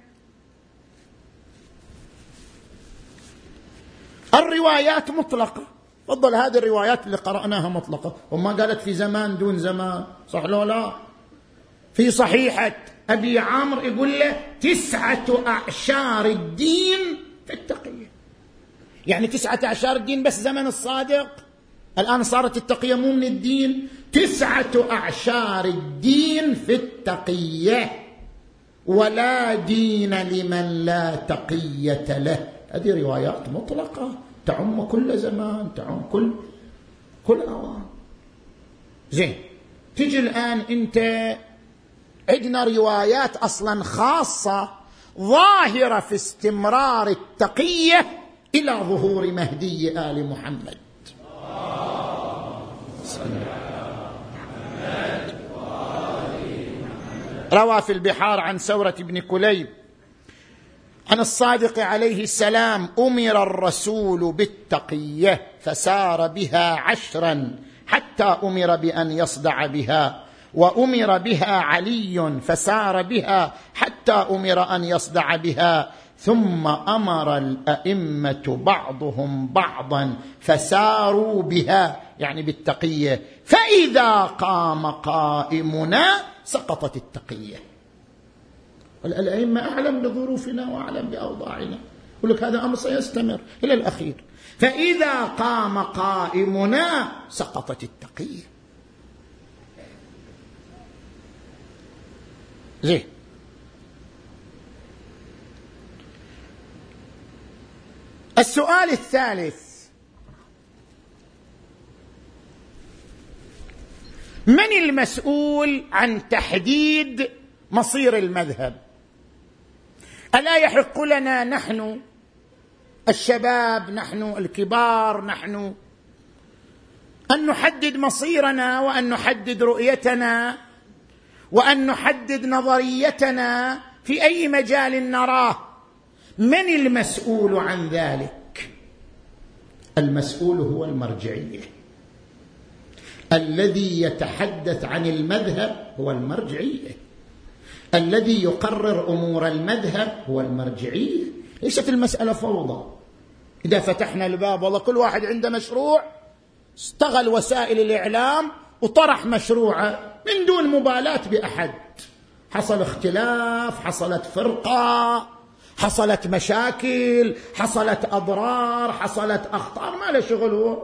[SPEAKER 2] الروايات مطلقة. تفضل، هذه الروايات اللي قرأناها مطلقة، وما قالت في زمان دون زمان، صح لو لا؟ في صحيحة أبي عمرو يقول له تسعة أعشار الدين في التقية، يعني تسعة أعشار الدين بس زمن الصادق. الآن صارت التقية مو من الدين، تسعة أعشار الدين في التقية، ولا دين لمن لا تقية له. هذه روايات مطلقة تعم كل زمان، تعم كل كل أوان. زين، تجي الآن أنت عندنا روايات أصلا خاصة ظاهرة في استمرار التقية إلى ظهور مهدي آل محمد. روى في البحار عن سورة بن كليب عن الصادق عليه السلام: أمر الرسول بالتقية فسار بها عشرا حتى أمر بأن يصدع بها، وأمر بها علي فسار بها حتى أمر أن يصدع بها، ثم أمر الأئمة بعضهم بعضا فساروا بها، يعني بالتقية، فإذا قام قائمنا سقطت التقية. الأئمة أعلم بظروفنا وأعلم بأوضاعنا، يقول لك هذا أمر سيستمر إلى الأخير. فإذا قام قائمنا سقطت التقية. زين، السؤال الثالث: من المسؤول عن تحديد مصير المذهب؟ ألا يحق لنا نحن الشباب، نحن الكبار، نحن أن نحدد مصيرنا وأن نحدد رؤيتنا وأن نحدد نظريتنا في أي مجال نراه؟ من المسؤول عن ذلك؟ المسؤول هو المرجعية. الذي يتحدث عن المذهب هو المرجعية، الذي يقرر أمور المذهب هو المرجعية. ليست المسألة فوضى. إذا فتحنا الباب والله كل واحد عنده مشروع، استغل وسائل الإعلام وطرح مشروعه من دون مبالاة بأحد، حصل اختلاف، حصلت فرقة، حصلت مشاكل، حصلت أضرار، حصلت أخطار، ما له شغل هو.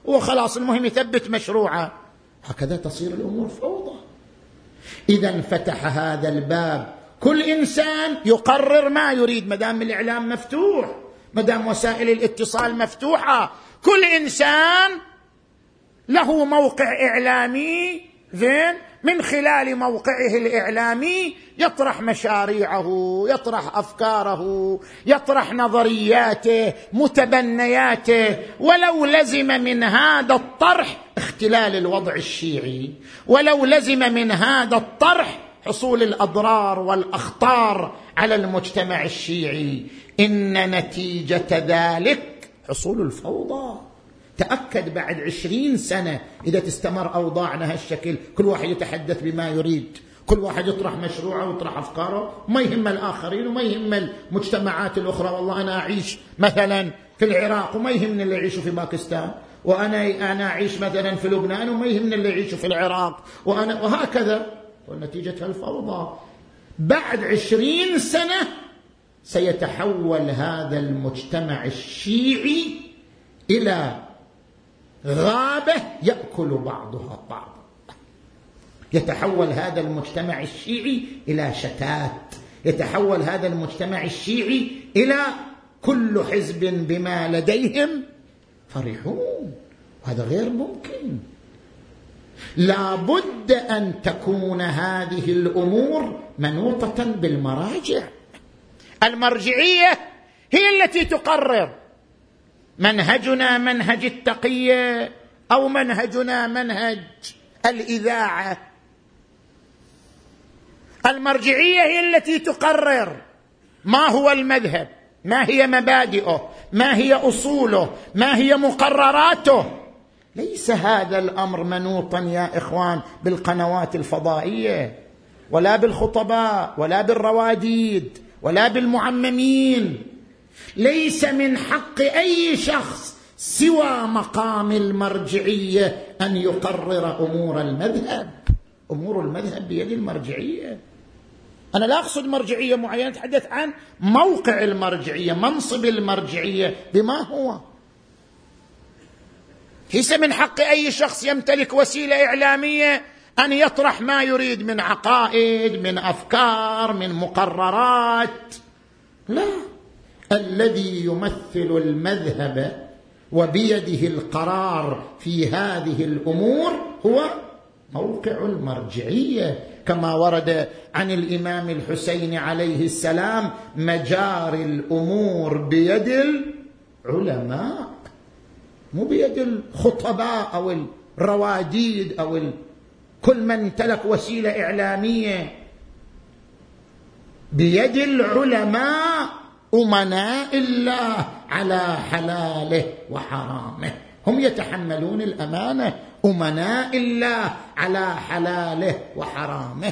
[SPEAKER 2] وخلاص المهم يثبت مشروعه. هكذا تصير الأمور فوضى. إذا انفتح هذا الباب، كل إنسان يقرر ما يريد، مدام الإعلام مفتوح، مدام وسائل الاتصال مفتوحة، كل إنسان له موقع إعلامي زين، من خلال موقعه الإعلامي يطرح مشاريعه، يطرح أفكاره، يطرح نظرياته، متبنياته، ولو لزم من هذا الطرح اختلال الوضع الشيعي، ولو لزم من هذا الطرح حصول الأضرار والأخطار على المجتمع الشيعي، إن نتيجة ذلك حصول الفوضى. تأكد بعد عشرين سنة إذا تستمر أوضاعنا هالشكل، كل واحد يتحدث بما يريد، كل واحد يطرح مشروعه ويطرح أفكاره، ما يهم الآخرين وما يهم المجتمعات الأخرى. والله أنا أعيش مثلا في العراق وما يهمني اللي يعيشوا في باكستان، وأنا أنا أعيش مثلا في لبنان وما يهمني اللي يعيشوا في العراق، وأنا وهكذا. ونتيجة الفوضى بعد عشرين سنة سيتحول هذا المجتمع الشيعي إلى غابة يأكل بعضها بعضا. يتحول هذا المجتمع الشيعي إلى شتات، يتحول هذا المجتمع الشيعي إلى كل حزب بما لديهم فرحون. هذا غير ممكن. لا بد أن تكون هذه الأمور منوطة بالمراجع. المرجعية هي التي تقرر منهجنا منهج التقية أو منهجنا منهج الإذاعة. المرجعية هي التي تقرر ما هو المذهب، ما هي مبادئه، ما هي أصوله، ما هي مقرراته. ليس هذا الأمر منوطا يا إخوان بالقنوات الفضائية، ولا بالخطباء، ولا بالرواديد، ولا بالمعممين. ليس من حق أي شخص سوى مقام المرجعية أن يقرر أمور المذهب. أمور المذهب بيد المرجعية. أنا لا أقصد مرجعية معينة، أتحدث عن موقع المرجعية، منصب المرجعية بما هو. ليس من حق أي شخص يمتلك وسيلة إعلامية أن يطرح ما يريد من عقائد، من أفكار، من مقررات. لا، الذي يمثل المذهب وبيده القرار في هذه الأمور هو موقع المرجعية، كما ورد عن الإمام الحسين عليه السلام: مجاري الأمور بيد العلماء، مو بيد الخطباء أو الرواديد أو ال... كل من امتلك وسيلة إعلامية. بيد العلماء أمناء الله على حلاله وحرامه، هم يتحملون الأمانة، أمناء الله على حلاله وحرامه.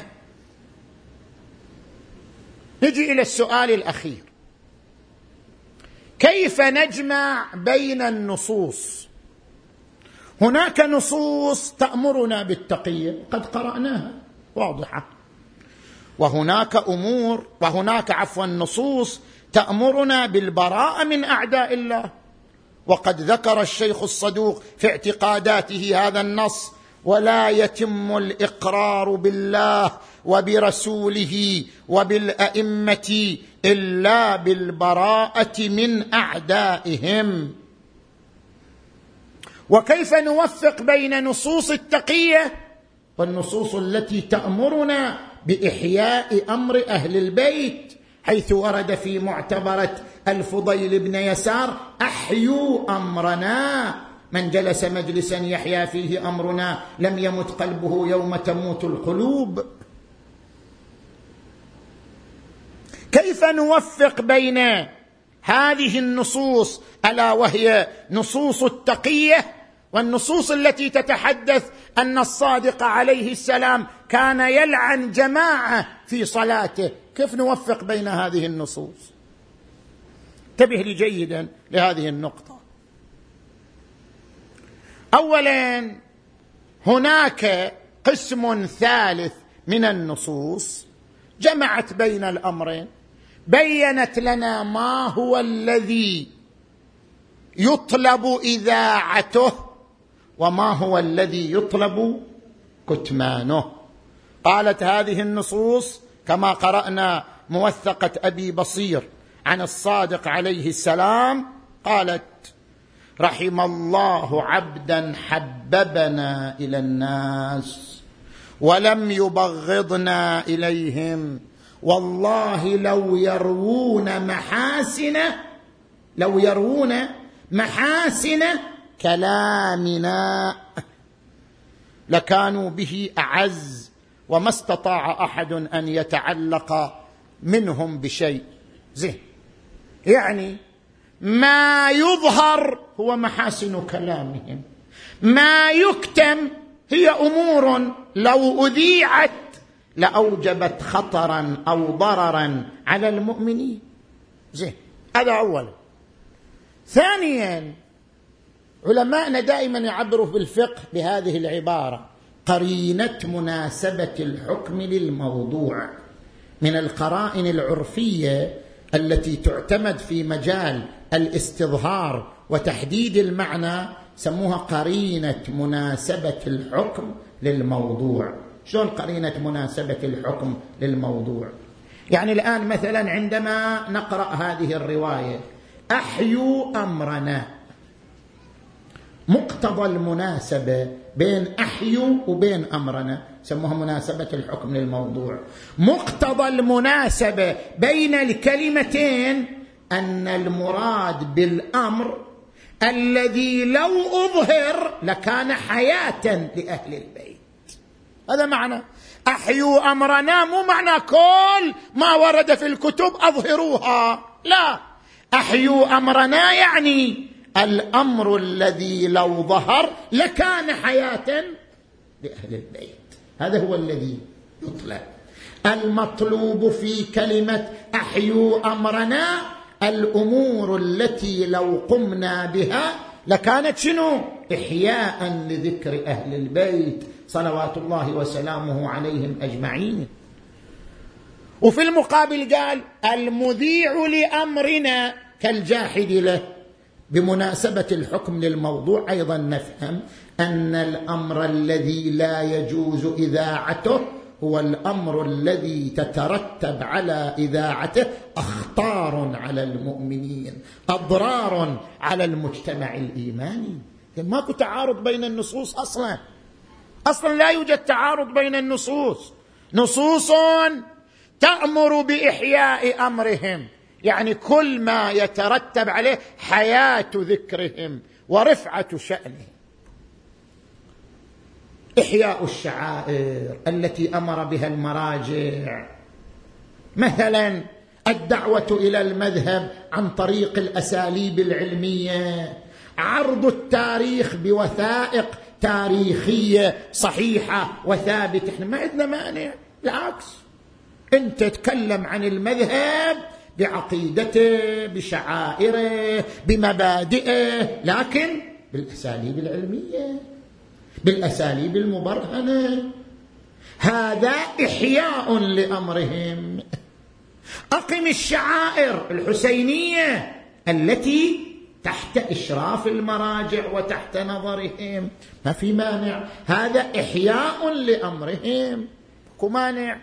[SPEAKER 2] نجي إلى السؤال الأخير: كيف نجمع بين النصوص؟ هناك نصوص تأمرنا بالتقية قد قرأناها واضحة، وهناك أمور وهناك عفوا نصوص تأمرنا بالبراءة من أعداء الله، وقد ذكر الشيخ الصدوق في اعتقاداته هذا النص: ولا يتم الإقرار بالله وبرسوله وبالأئمة إلا بالبراءة من أعدائهم. وكيف نوفق بين نصوص التقية والنصوص التي تأمرنا بإحياء أمر أهل البيت، حيث ورد في معتبرة الفضيل بن يسار: أحيوا أمرنا، من جلس مجلسا يحيا فيه أمرنا لم يمت قلبه يوم تموت القلوب. كيف نوفق بين هذه النصوص ألا وهي نصوص التقية والنصوص التي تتحدث أن الصادق عليه السلام كان يلعن جماعة في صلاته؟ كيف نوفق بين هذه النصوص؟ انتبه لي جيدا لهذه النقطة. أولا، هناك قسم ثالث من النصوص جمعت بين الأمرين، بيّنت لنا ما هو الذي يطلب إذاعته وما هو الذي يطلب كتمانه. قالت هذه النصوص كما قرأنا موثقة أبي بصير عن الصادق عليه السلام، قالت: رحم الله عبدا حببنا إلى الناس ولم يبغضنا إليهم، والله لو يروون محاسن لو يروون محاسن كلامنا لكانوا به أعز، وما استطاع أحد أن يتعلق منهم بشيء. زين، يعني ما يظهر هو محاسن كلامهم، ما يكتم هي أمور لو أذيعت لأوجبت خطرا أو ضررا على المؤمنين. زين، هذا أولا. ثانيا، علماءنا دائما يعبروا بالفقه بهذه العبارة: قرينة مناسبة الحكم للموضوع. من القرائن العرفية التي تعتمد في مجال الاستظهار وتحديد المعنى سموها قرينة مناسبة الحكم للموضوع. شلون قرينة مناسبة الحكم للموضوع؟ يعني الآن مثلا عندما نقرأ هذه الرواية: أحيوا أمرنا، مقتضى المناسبة بين أحيوا وبين أمرنا سموها مناسبة الحكم للموضوع. مقتضى المناسبة بين الكلمتين أن المراد بالأمر الذي لو أظهر لكان حياة لأهل البيت. هذا معنى أحيوا أمرنا، مو معنى كل ما ورد في الكتب أظهروها، لا، أحيوا أمرنا يعني الأمر الذي لو ظهر لكان حياة لأهل البيت. هذا هو الذي يطلب. المطلوب في كلمة أحيوا أمرنا الأمور التي لو قمنا بها لكانت شنو؟ إحياء لذكر أهل البيت صلوات الله وسلامه عليهم أجمعين. وفي المقابل قال: المذيع لأمرنا كالجاحد له. بمناسبة الحكم للموضوع أيضا نفهم أن الأمر الذي لا يجوز إذاعته هو الأمر الذي تترتب على إذاعته أخطار على المؤمنين، أضرار على المجتمع الإيماني. ماكو تعارض بين النصوص أصلا أصلا لا يوجد تعارض بين النصوص. نصوص تأمر بإحياء أمرهم، يعني كل ما يترتب عليه حياة ذكرهم ورفعة شأنهم. إحياء الشعائر التي أمر بها المراجع، مثلا الدعوة إلى المذهب عن طريق الأساليب العلمية، عرض التاريخ بوثائق تاريخية صحيحة وثابتة. احنا ما عندنا مانع، بالعكس، انت تتكلم عن المذهب بعقيدته بشعائره بمبادئه، لكن بالأساليب العلمية بالأساليب المبرهنة. هذا إحياء لأمرهم. أقم الشعائر الحسينية التي تحت إشراف المراجع وتحت نظرهم، ما في مانع، هذا إحياء لأمرهم، ماكو مانع.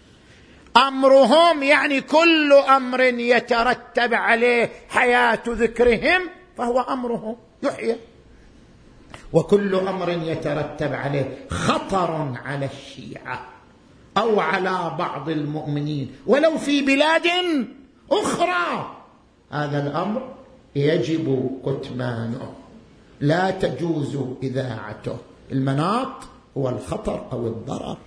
[SPEAKER 2] أمرهم يعني كل أمر يترتب عليه حياة ذكرهم فهو أمرهم يحيى، وكل أمر يترتب عليه خطر على الشيعة أو على بعض المؤمنين ولو في بلاد أخرى، هذا الأمر يجب كتمانه، لا تجوز إذاعته. المناط هو الخطر أو الضرر.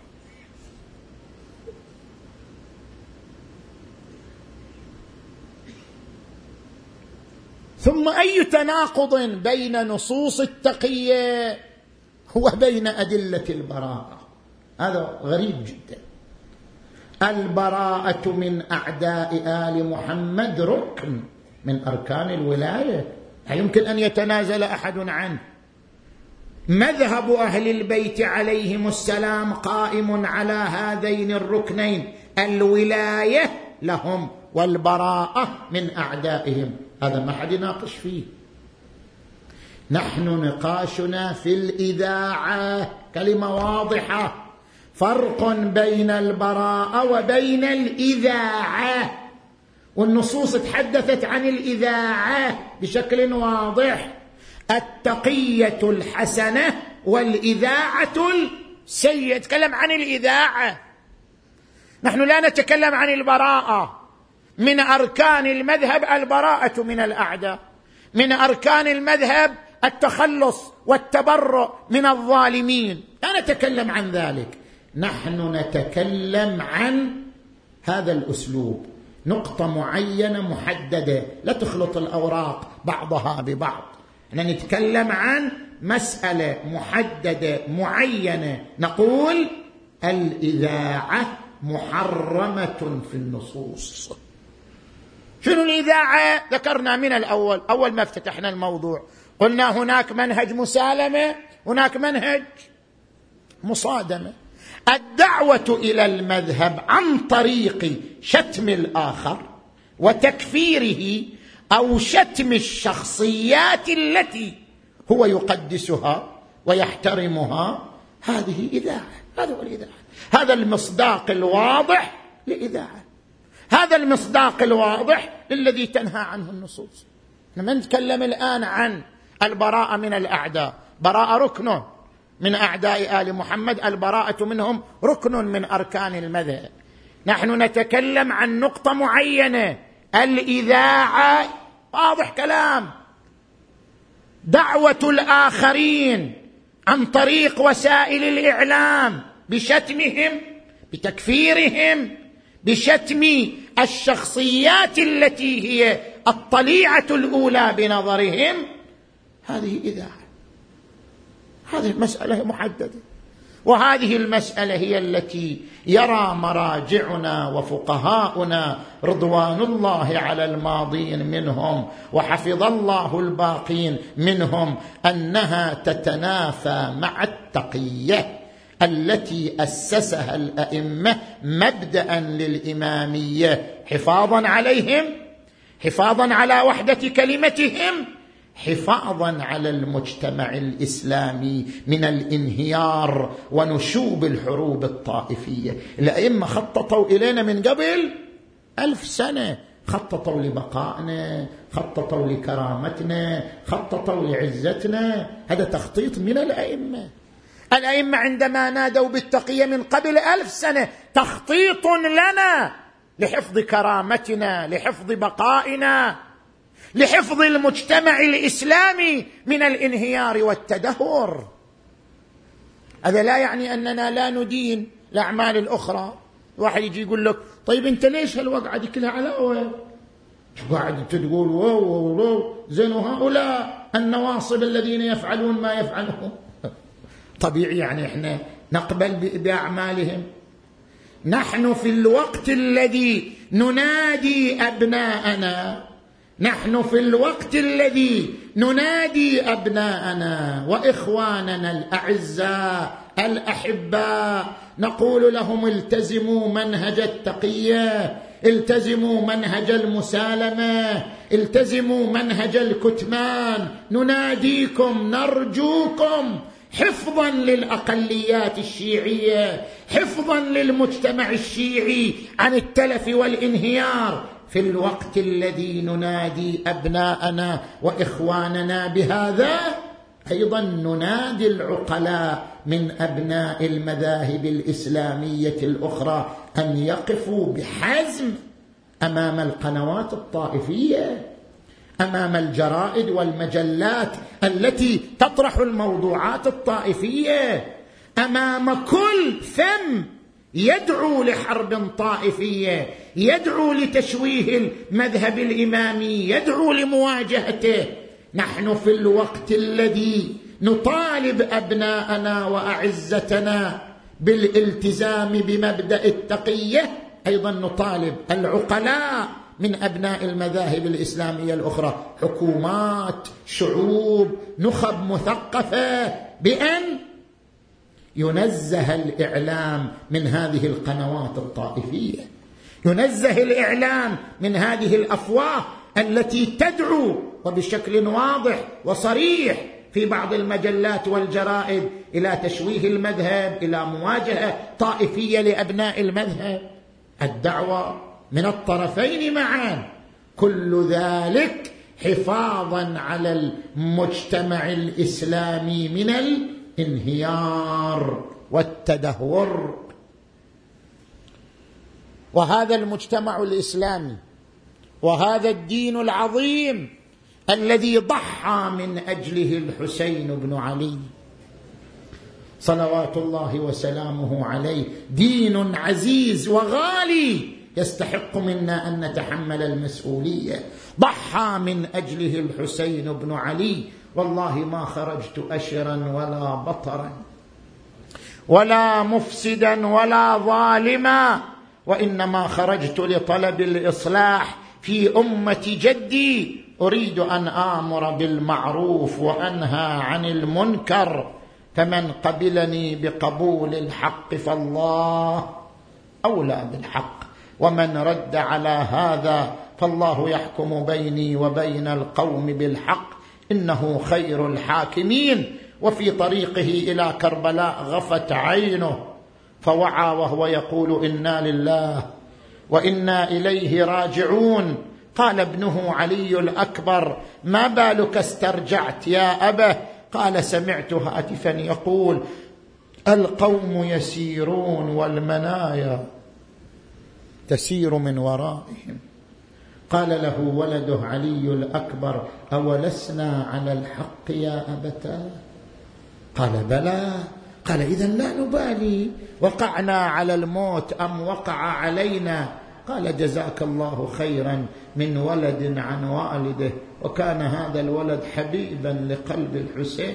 [SPEAKER 2] ثم أي تناقض بين نصوص التقية وبين أدلة البراءة، هذا غريب جدا. البراءة من أعداء آل محمد ركن من أركان الولاية، لا يمكن أن يتنازل أحد عنه. مذهب أهل البيت عليهم السلام قائم على هذين الركنين، الولاية لهم والبراءة من أعدائهم، هذا ما حد يناقش فيه. نحن نقاشنا في الإذاعة، كلمة واضحة، فرق بين البراءة وبين الإذاعة، والنصوص تحدثت عن الإذاعة بشكل واضح: التقية الحسنة والإذاعة السيئة. تكلم عن الإذاعة. نحن لا نتكلم عن البراءة. من أركان المذهب البراءة من الأعداء، من أركان المذهب التخلص والتبرؤ من الظالمين، لا نتكلم عن ذلك. نحن نتكلم عن هذا الأسلوب، نقطة معينة محددة، لا تخلط الأوراق بعضها ببعض. نتكلم عن مسألة محددة معينة، نقول الإذاعة محرمة في النصوص. شنو الإذاعة؟ ذكرنا من الأول، أول ما افتتحنا الموضوع قلنا هناك منهج مسالمة، هناك منهج مصادمة. الدعوة إلى المذهب عن طريق شتم الآخر وتكفيره أو شتم الشخصيات التي هو يقدسها ويحترمها، هذه إذاعة. هذا هو الإذاعة، هذا المصداق الواضح لإذاعة، هذا المصداق الواضح الذي تنهى عنه النصوص. نحن نتكلم الآن عن البراءة من الأعداء. براءة ركن من أعداء آل محمد، البراءة منهم ركن من أركان المذهب. نحن نتكلم عن نقطة معينة، الإذاعة، واضح كلام. دعوة الآخرين عن طريق وسائل الإعلام بشتمهم، بتكفيرهم، بشتم الشخصيات التي هي الطليعة الأولى بنظرهم، هذه إذاعة. هذه المسألة محددة، وهذه المسألة هي التي يرى مراجعنا وفقهاؤنا رضوان الله على الماضين منهم وحفظ الله الباقين منهم أنها تتنافى مع التقية التي أسسها الأئمة مبدأ للإمامية، حفاظا عليهم، حفاظا على وحدة كلمتهم، حفاظا على المجتمع الإسلامي من الانهيار ونشوب الحروب الطائفية. الأئمة خططوا إلينا من قبل ألف سنة، خططوا لبقائنا، خططوا لكرامتنا، خططوا لعزتنا. هذا تخطيط من الأئمة. الأئمة عندما نادوا بالتقية من قبل ألف سنة تخطيط لنا لحفظ كرامتنا، لحفظ بقائنا، لحفظ المجتمع الإسلامي من الانهيار والتدهور. هذا لا يعني أننا لا ندين الأعمال الأخرى. واحد يجي يقول لك طيب أنت ليش هالوقعة دي كلها على أول؟ قاعد تقول واو واو زين، هؤلاء النواصب الذين يفعلون ما يفعلون. طبيعي يعني احنا نقبل بأعمالهم. نحن في الوقت الذي ننادي أبناءنا، نحن في الوقت الذي ننادي أبناءنا وإخواننا الأعزاء الأحباء، نقول لهم التزموا منهج التقية، التزموا منهج المسالمة، التزموا منهج الكتمان. نناديكم، نرجوكم حفظا للأقليات الشيعية، حفظا للمجتمع الشيعي عن التلف والانهيار، في الوقت الذي ننادي أبناءنا وإخواننا بهذا، أيضا ننادي العقلاء من أبناء المذاهب الإسلامية الأخرى أن يقفوا بحزم أمام القنوات الطائفية، أمام الجرائد والمجلات التي تطرح الموضوعات الطائفية، أمام كل فم يدعو لحرب طائفية، يدعو لتشويه المذهب الإمامي، يدعو لمواجهته. نحن في الوقت الذي نطالب أبناءنا وأعزتنا بالالتزام بمبدأ التقية، أيضا نطالب العقلاء من أبناء المذاهب الإسلامية الأخرى، حكومات، شعوب، نخب مثقفة، بأن ينزه الإعلام من هذه القنوات الطائفية، ينزه الإعلام من هذه الأفواه التي تدعو وبشكل واضح وصريح في بعض المجلات والجرائد إلى تشويه المذهب، إلى مواجهة طائفية لأبناء المذهب. الدعوة من الطرفين معا، كل ذلك حفاظا على المجتمع الإسلامي من الانهيار والتدهور. وهذا المجتمع الإسلامي وهذا الدين العظيم الذي ضحى من أجله الحسين بن علي صلوات الله وسلامه عليه، دين عزيز وغالي يستحق منا أن نتحمل المسؤولية. ضحى من أجله الحسين بن علي، والله ما خرجت أشرا ولا بطرا ولا مفسدا ولا ظالما، وإنما خرجت لطلب الإصلاح في أمة جدي، أريد أن آمر بالمعروف وأنهى عن المنكر، فمن قبلني بقبول الحق فالله أولى بالحق، ومن رد على هذا فالله يحكم بيني وبين القوم بالحق، إنه خير الحاكمين. وفي طريقه إلى كربلاء غفت عينه فوعى وهو يقول إنا لله وإنا إليه راجعون. قال ابنه علي الأكبر: ما بالك استرجعت يا أبه؟ قال: سمعت هاتفا يقول القوم يسيرون والمنايا تسير من ورائهم. قال له ولده علي الأكبر: أولسنا على الحق يا أبتاه؟ قال: بلى. قال: إذن لا نبالي، وقعنا على الموت أم وقع علينا؟ قال: جزاك الله خيرا من ولد عن والده. وكان هذا الولد حبيبا لقلب الحسين،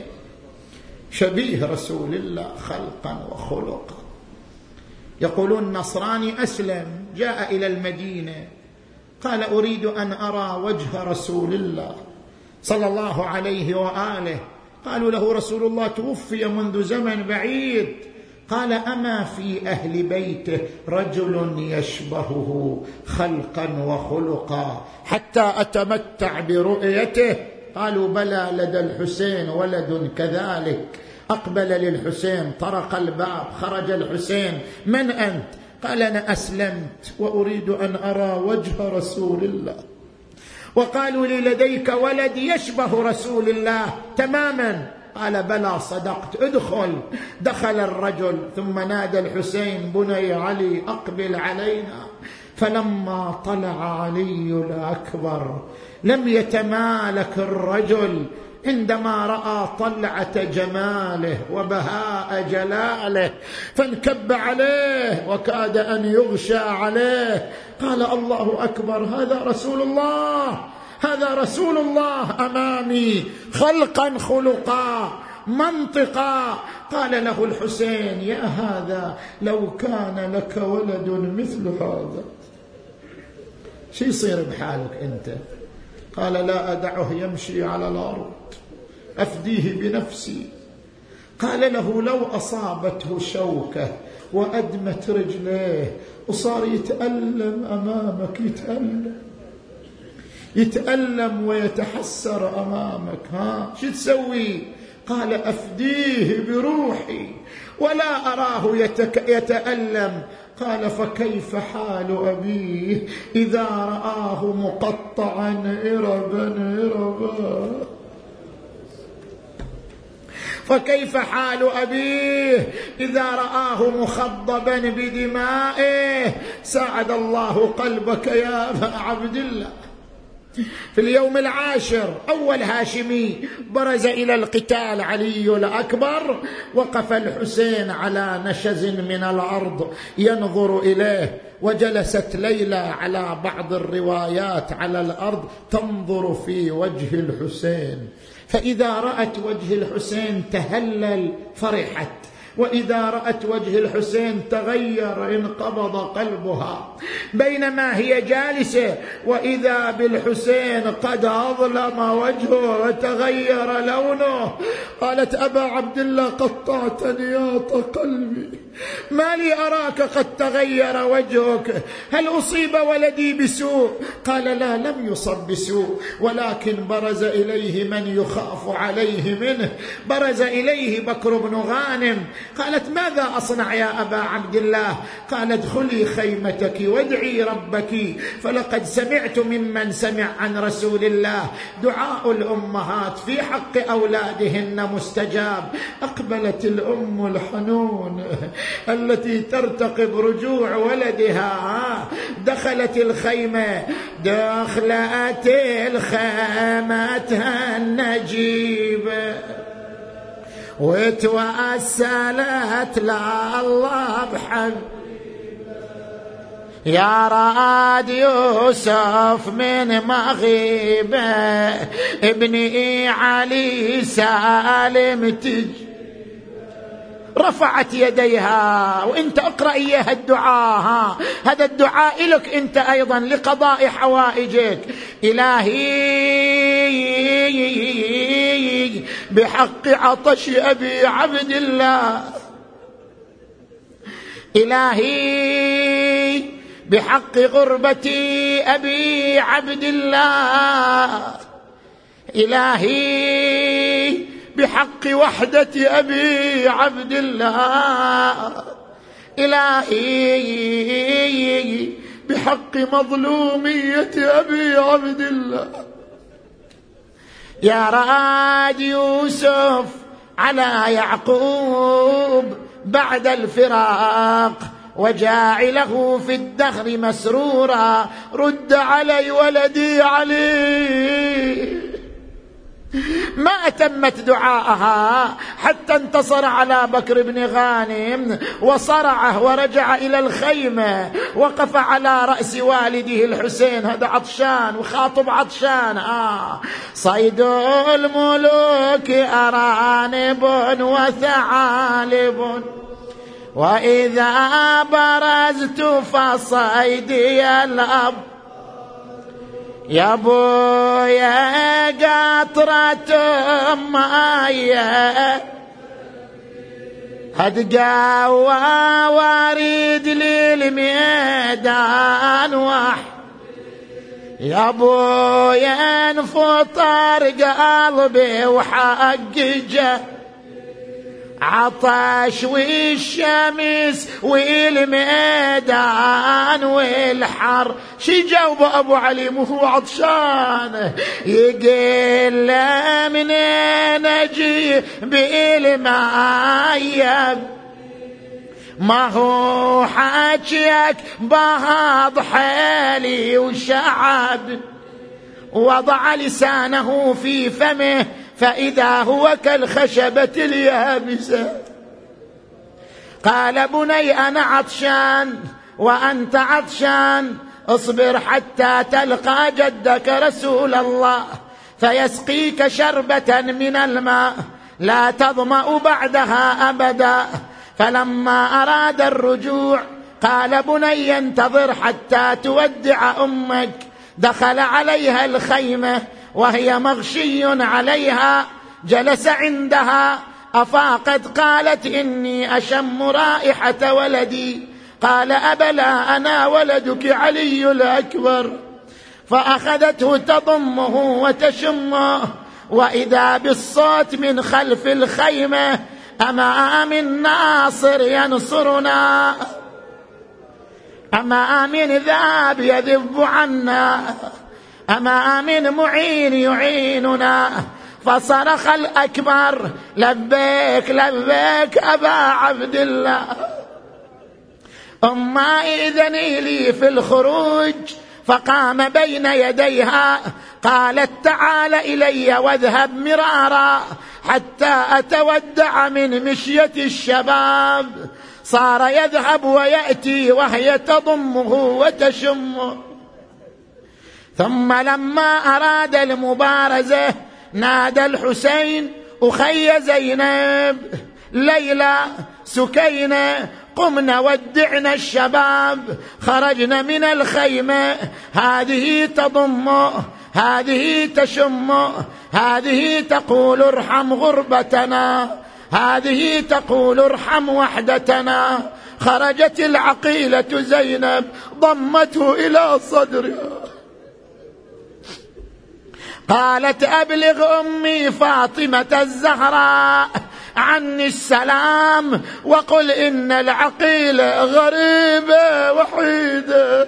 [SPEAKER 2] شبيه رسول الله خلقا وخلقا. يقولون نصراني أسلم، جاء إلى المدينة، قال: أريد أن أرى وجه رسول الله صلى الله عليه وآله. قالوا له: رسول الله توفي منذ زمن بعيد. قال: أما في أهل بيته رجل يشبهه خلقا وخلقا حتى أتمتع برؤيته؟ قالوا: بلى، لدى الحسين ولد كذلك. أقبل للحسين، طرق الباب، خرج الحسين: من أنت؟ قال: أنا أسلمت وأريد أن أرى وجه رسول الله. وقالوا لي: لديك ولد يشبه رسول الله تماما. قال: بلى، صدقت، ادخل. دخل الرجل ثم نادى الحسين: بني علي أقبل علينا. فلما طلع علي الأكبر لم يتمالك الرجل عندما رأى طلعة جماله وبهاء جلاله، فانكب عليه وكاد أن يغشى عليه. قال: الله أكبر، هذا رسول الله، هذا رسول الله أمامي، خلقا خلقا منطقا. قال له الحسين: يا هذا لو كان لك ولد مثل هذا شو يصير بحالك أنت؟ قال: لا أدعه يمشي على الأرض، أفديه بنفسي. قال له: لو أصابته شوكة وأدمت رجليه وصار يتألم أمامك، يتألم يتألم ويتحسر أمامك، ها شو تسوي؟ قال: أفديه بروحي ولا أراه يتك يتألم. قال: فكيف حال أبيه إذا رآه مقطعا إربا إربا؟ فكيف حال أبيه إذا رآه مخضبا بدمائه؟ ساعد الله قلبك يا أبا عبد الله. في اليوم العاشر أول هاشمي برز إلى القتال علي الأكبر، وقف الحسين على نشز من الأرض ينظر إليه، وجلست ليلى على بعض الروايات على الأرض تنظر في وجه الحسين، فإذا رأت وجه الحسين تهلل فرحت، وإذا رأت وجه الحسين تغير انقبض قلبها. بينما هي جالسة وإذا بالحسين قد أظلم وجهه وتغير لونه، قالت: أبا عبد الله قطعت نياط قلبي، ما لي أراك قد تغير وجهك، هل أصيب ولدي بسوء؟ قال لا، لم يصب بسوء، ولكن برز إليه من يخاف عليه منه، برز إليه بكر بن غانم. قالت ماذا أصنع يا أبا عبد الله؟ قال ادخلي خيمتك وادعي ربك، فلقد سمعت ممن سمع عن رسول الله دعاء الأمهات في حق أولادهن مستجاب. أقبلت الأم الحنون التي ترتقب رجوع ولدها، دخلت الخيمة، دخلت الخيمة النجيبة وتوسلت لله بحب يا راد يوسف من مغيبة، ابني علي سالم تج. رفعت يديها، وانت اقرأ اياها الدعاء، هذا الدعاء لك انت ايضا لقضاء حوائجك. الهي بحق عطش ابي عبد الله، الهي بحق غربة ابي عبد الله، الهي بحق وحدة أبي عبد الله، إلهي بحق مظلومية أبي عبد الله. يا راد يوسف على يعقوب بعد الفراق، وجاعله في الدهر مسرورا، رد علي ولدي علي. ما أتمت دعاءها حتى انتصر على بكر بن غانم وصرعه ورجع إلى الخيمة، وقف على رأس والده الحسين، هذا عطشان وخاطب عطشان. آه صيد الملوك أرانب وثعالب، وإذا برزت فصيدي الأب. يا بويا قطرة مايه هدقا واريد للميدان وح، يا بويا انفطر قلبي وحقجه، عطش والشمس والميدان والحر. شي جاوب أبو علي وهو عطشان؟ يقول منين أجي بالماء، ما هو حاجيك بهض حالي وشعب. وضع لسانه في فمه فإذا هو كالخشبة اليابسة. قال بني أنا عطشان وأنت عطشان، اصبر حتى تلقى جدك رسول الله فيسقيك شربة من الماء لا تظمأ بعدها أبدا. فلما أراد الرجوع قال بني انتظر حتى تودع أمك. دخل عليها الخيمة وهي مغشي عليها، جلس عندها، أفاقت قالت إني أشم رائحة ولدي. قال أبلى أنا ولدك علي الأكبر. فأخذته تضمه وتشمه، وإذا بالصوت من خلف الخيمة أما من ناصر ينصرنا، أما من ذاب يذب عنا، أما من معين يعيننا. فصرخ الأكبر لبيك لبيك أبا عبد الله. أما إذني لي في الخروج. فقام بين يديها قالت تعال إلي واذهب مرارا حتى أتودع من مشية الشباب. صار يذهب ويأتي وهي تضمه وتشمه. ثم لما أراد المبارزة نادى الحسين أخي زينب ليلى سكينة قمنا ودعنا الشباب. خرجنا من الخيمة، هذه تضمه، هذه تشمه، هذه تقول ارحم غربتنا، هذه تقول ارحم وحدتنا. خرجت العقيلة زينب ضمته إلى صدرها، قالت أبلغ أمي فاطمة الزهراء عني السلام وقل إن العقيلة غريبة وحيدة.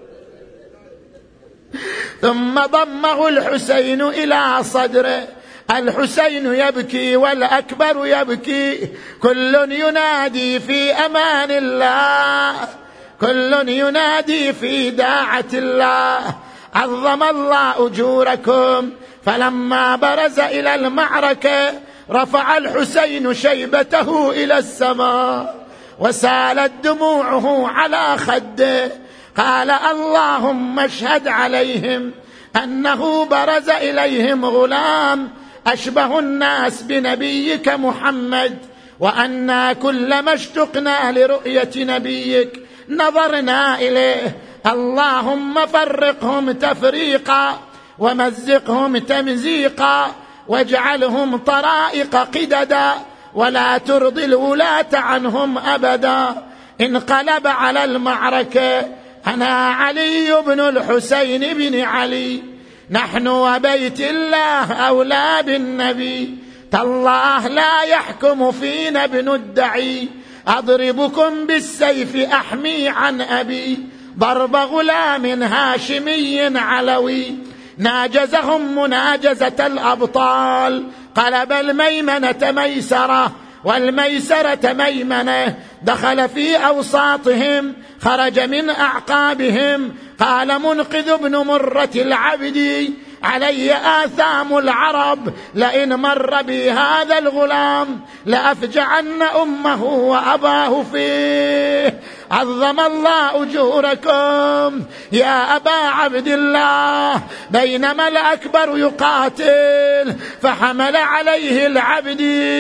[SPEAKER 2] ثم ضمه الحسين إلى صدره. الحسين يبكي والأكبر يبكي، كل ينادي في أمان الله، كل ينادي في داعة الله. عظم الله أجوركم. فلما برز إلى المعركة رفع الحسين شيبته إلى السماء وسالت دموعه على خده. قال اللهم اشهد عليهم أنه برز إليهم غلام أشبه الناس بنبيك محمد، وأنا كلما اشتقنا لرؤية نبيك نظرنا إليه. اللهم فرقهم تفريقا ومزقهم تمزيقا واجعلهم طرائق قددا ولا ترضي الولاة عنهم أبدا. انقلب على المعركة. أنا علي بن الحسين بن علي، نحن وبيت الله أولى بالنبي، تالله لا يحكم فينا ابن الدعي، أضربكم بالسيف أحمي عن أبي، ضرب غلام هاشمي علوي. ناجزهم مناجزة الأبطال، قلب الميمنة ميسرة والميسرة ميمنة، دخل في أوساطهم خرج من أعقابهم. قال منقذ بن مرة العبد علي آثام العرب، لئن مر بي هذا الغلام لأفجعن أمه وأباه فيه. عظم الله أجوركم يا أبا عبد الله. بينما الأكبر يقاتل فحمل عليه العبد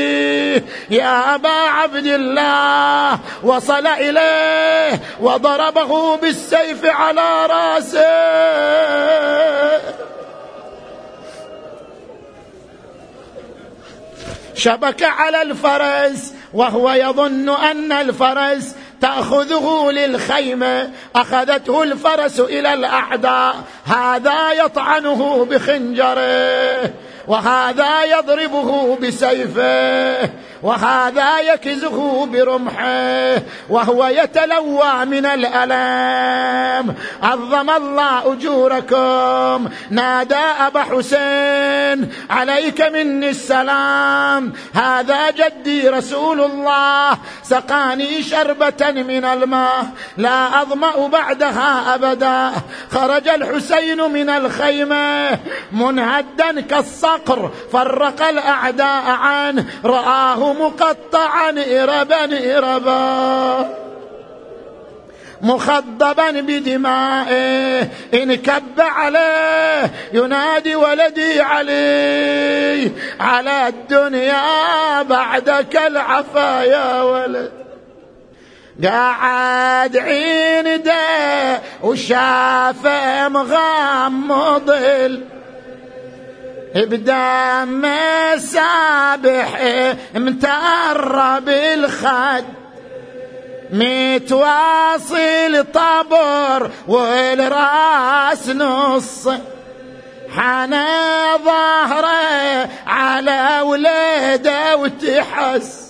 [SPEAKER 2] يا أبا عبد الله، وصل إليه وضربه بالسيف على رأسه. شبك على الفرس وهو يظن أن الفرس تأخذه للخيمة، أخذته الفرس إلى الأعداء، هذا يطعنه بخنجره وهذا يضربه بسيفه وهذا يكزه برمحه وهو يتلوى من الألم. عظم الله أجوركم. نادى أبا حسين عليك مني السلام، هذا جدي رسول الله سقاني شربة من الماء لا أظمأ بعدها أبدا. خرج الحسين من الخيمة منهدا كالصقر، فرق الأعداء عنه، رآه مقطعا إربا إربا مخضبا بدمائه، انكب عليه ينادي ولدي علي، على الدنيا بعدك العفا يا ولد. قاعد عنده وشافه مغمض بدم سابح متقرب الخد، متواصل طبر والراس نص، حنى ظهره على ولاده وتحس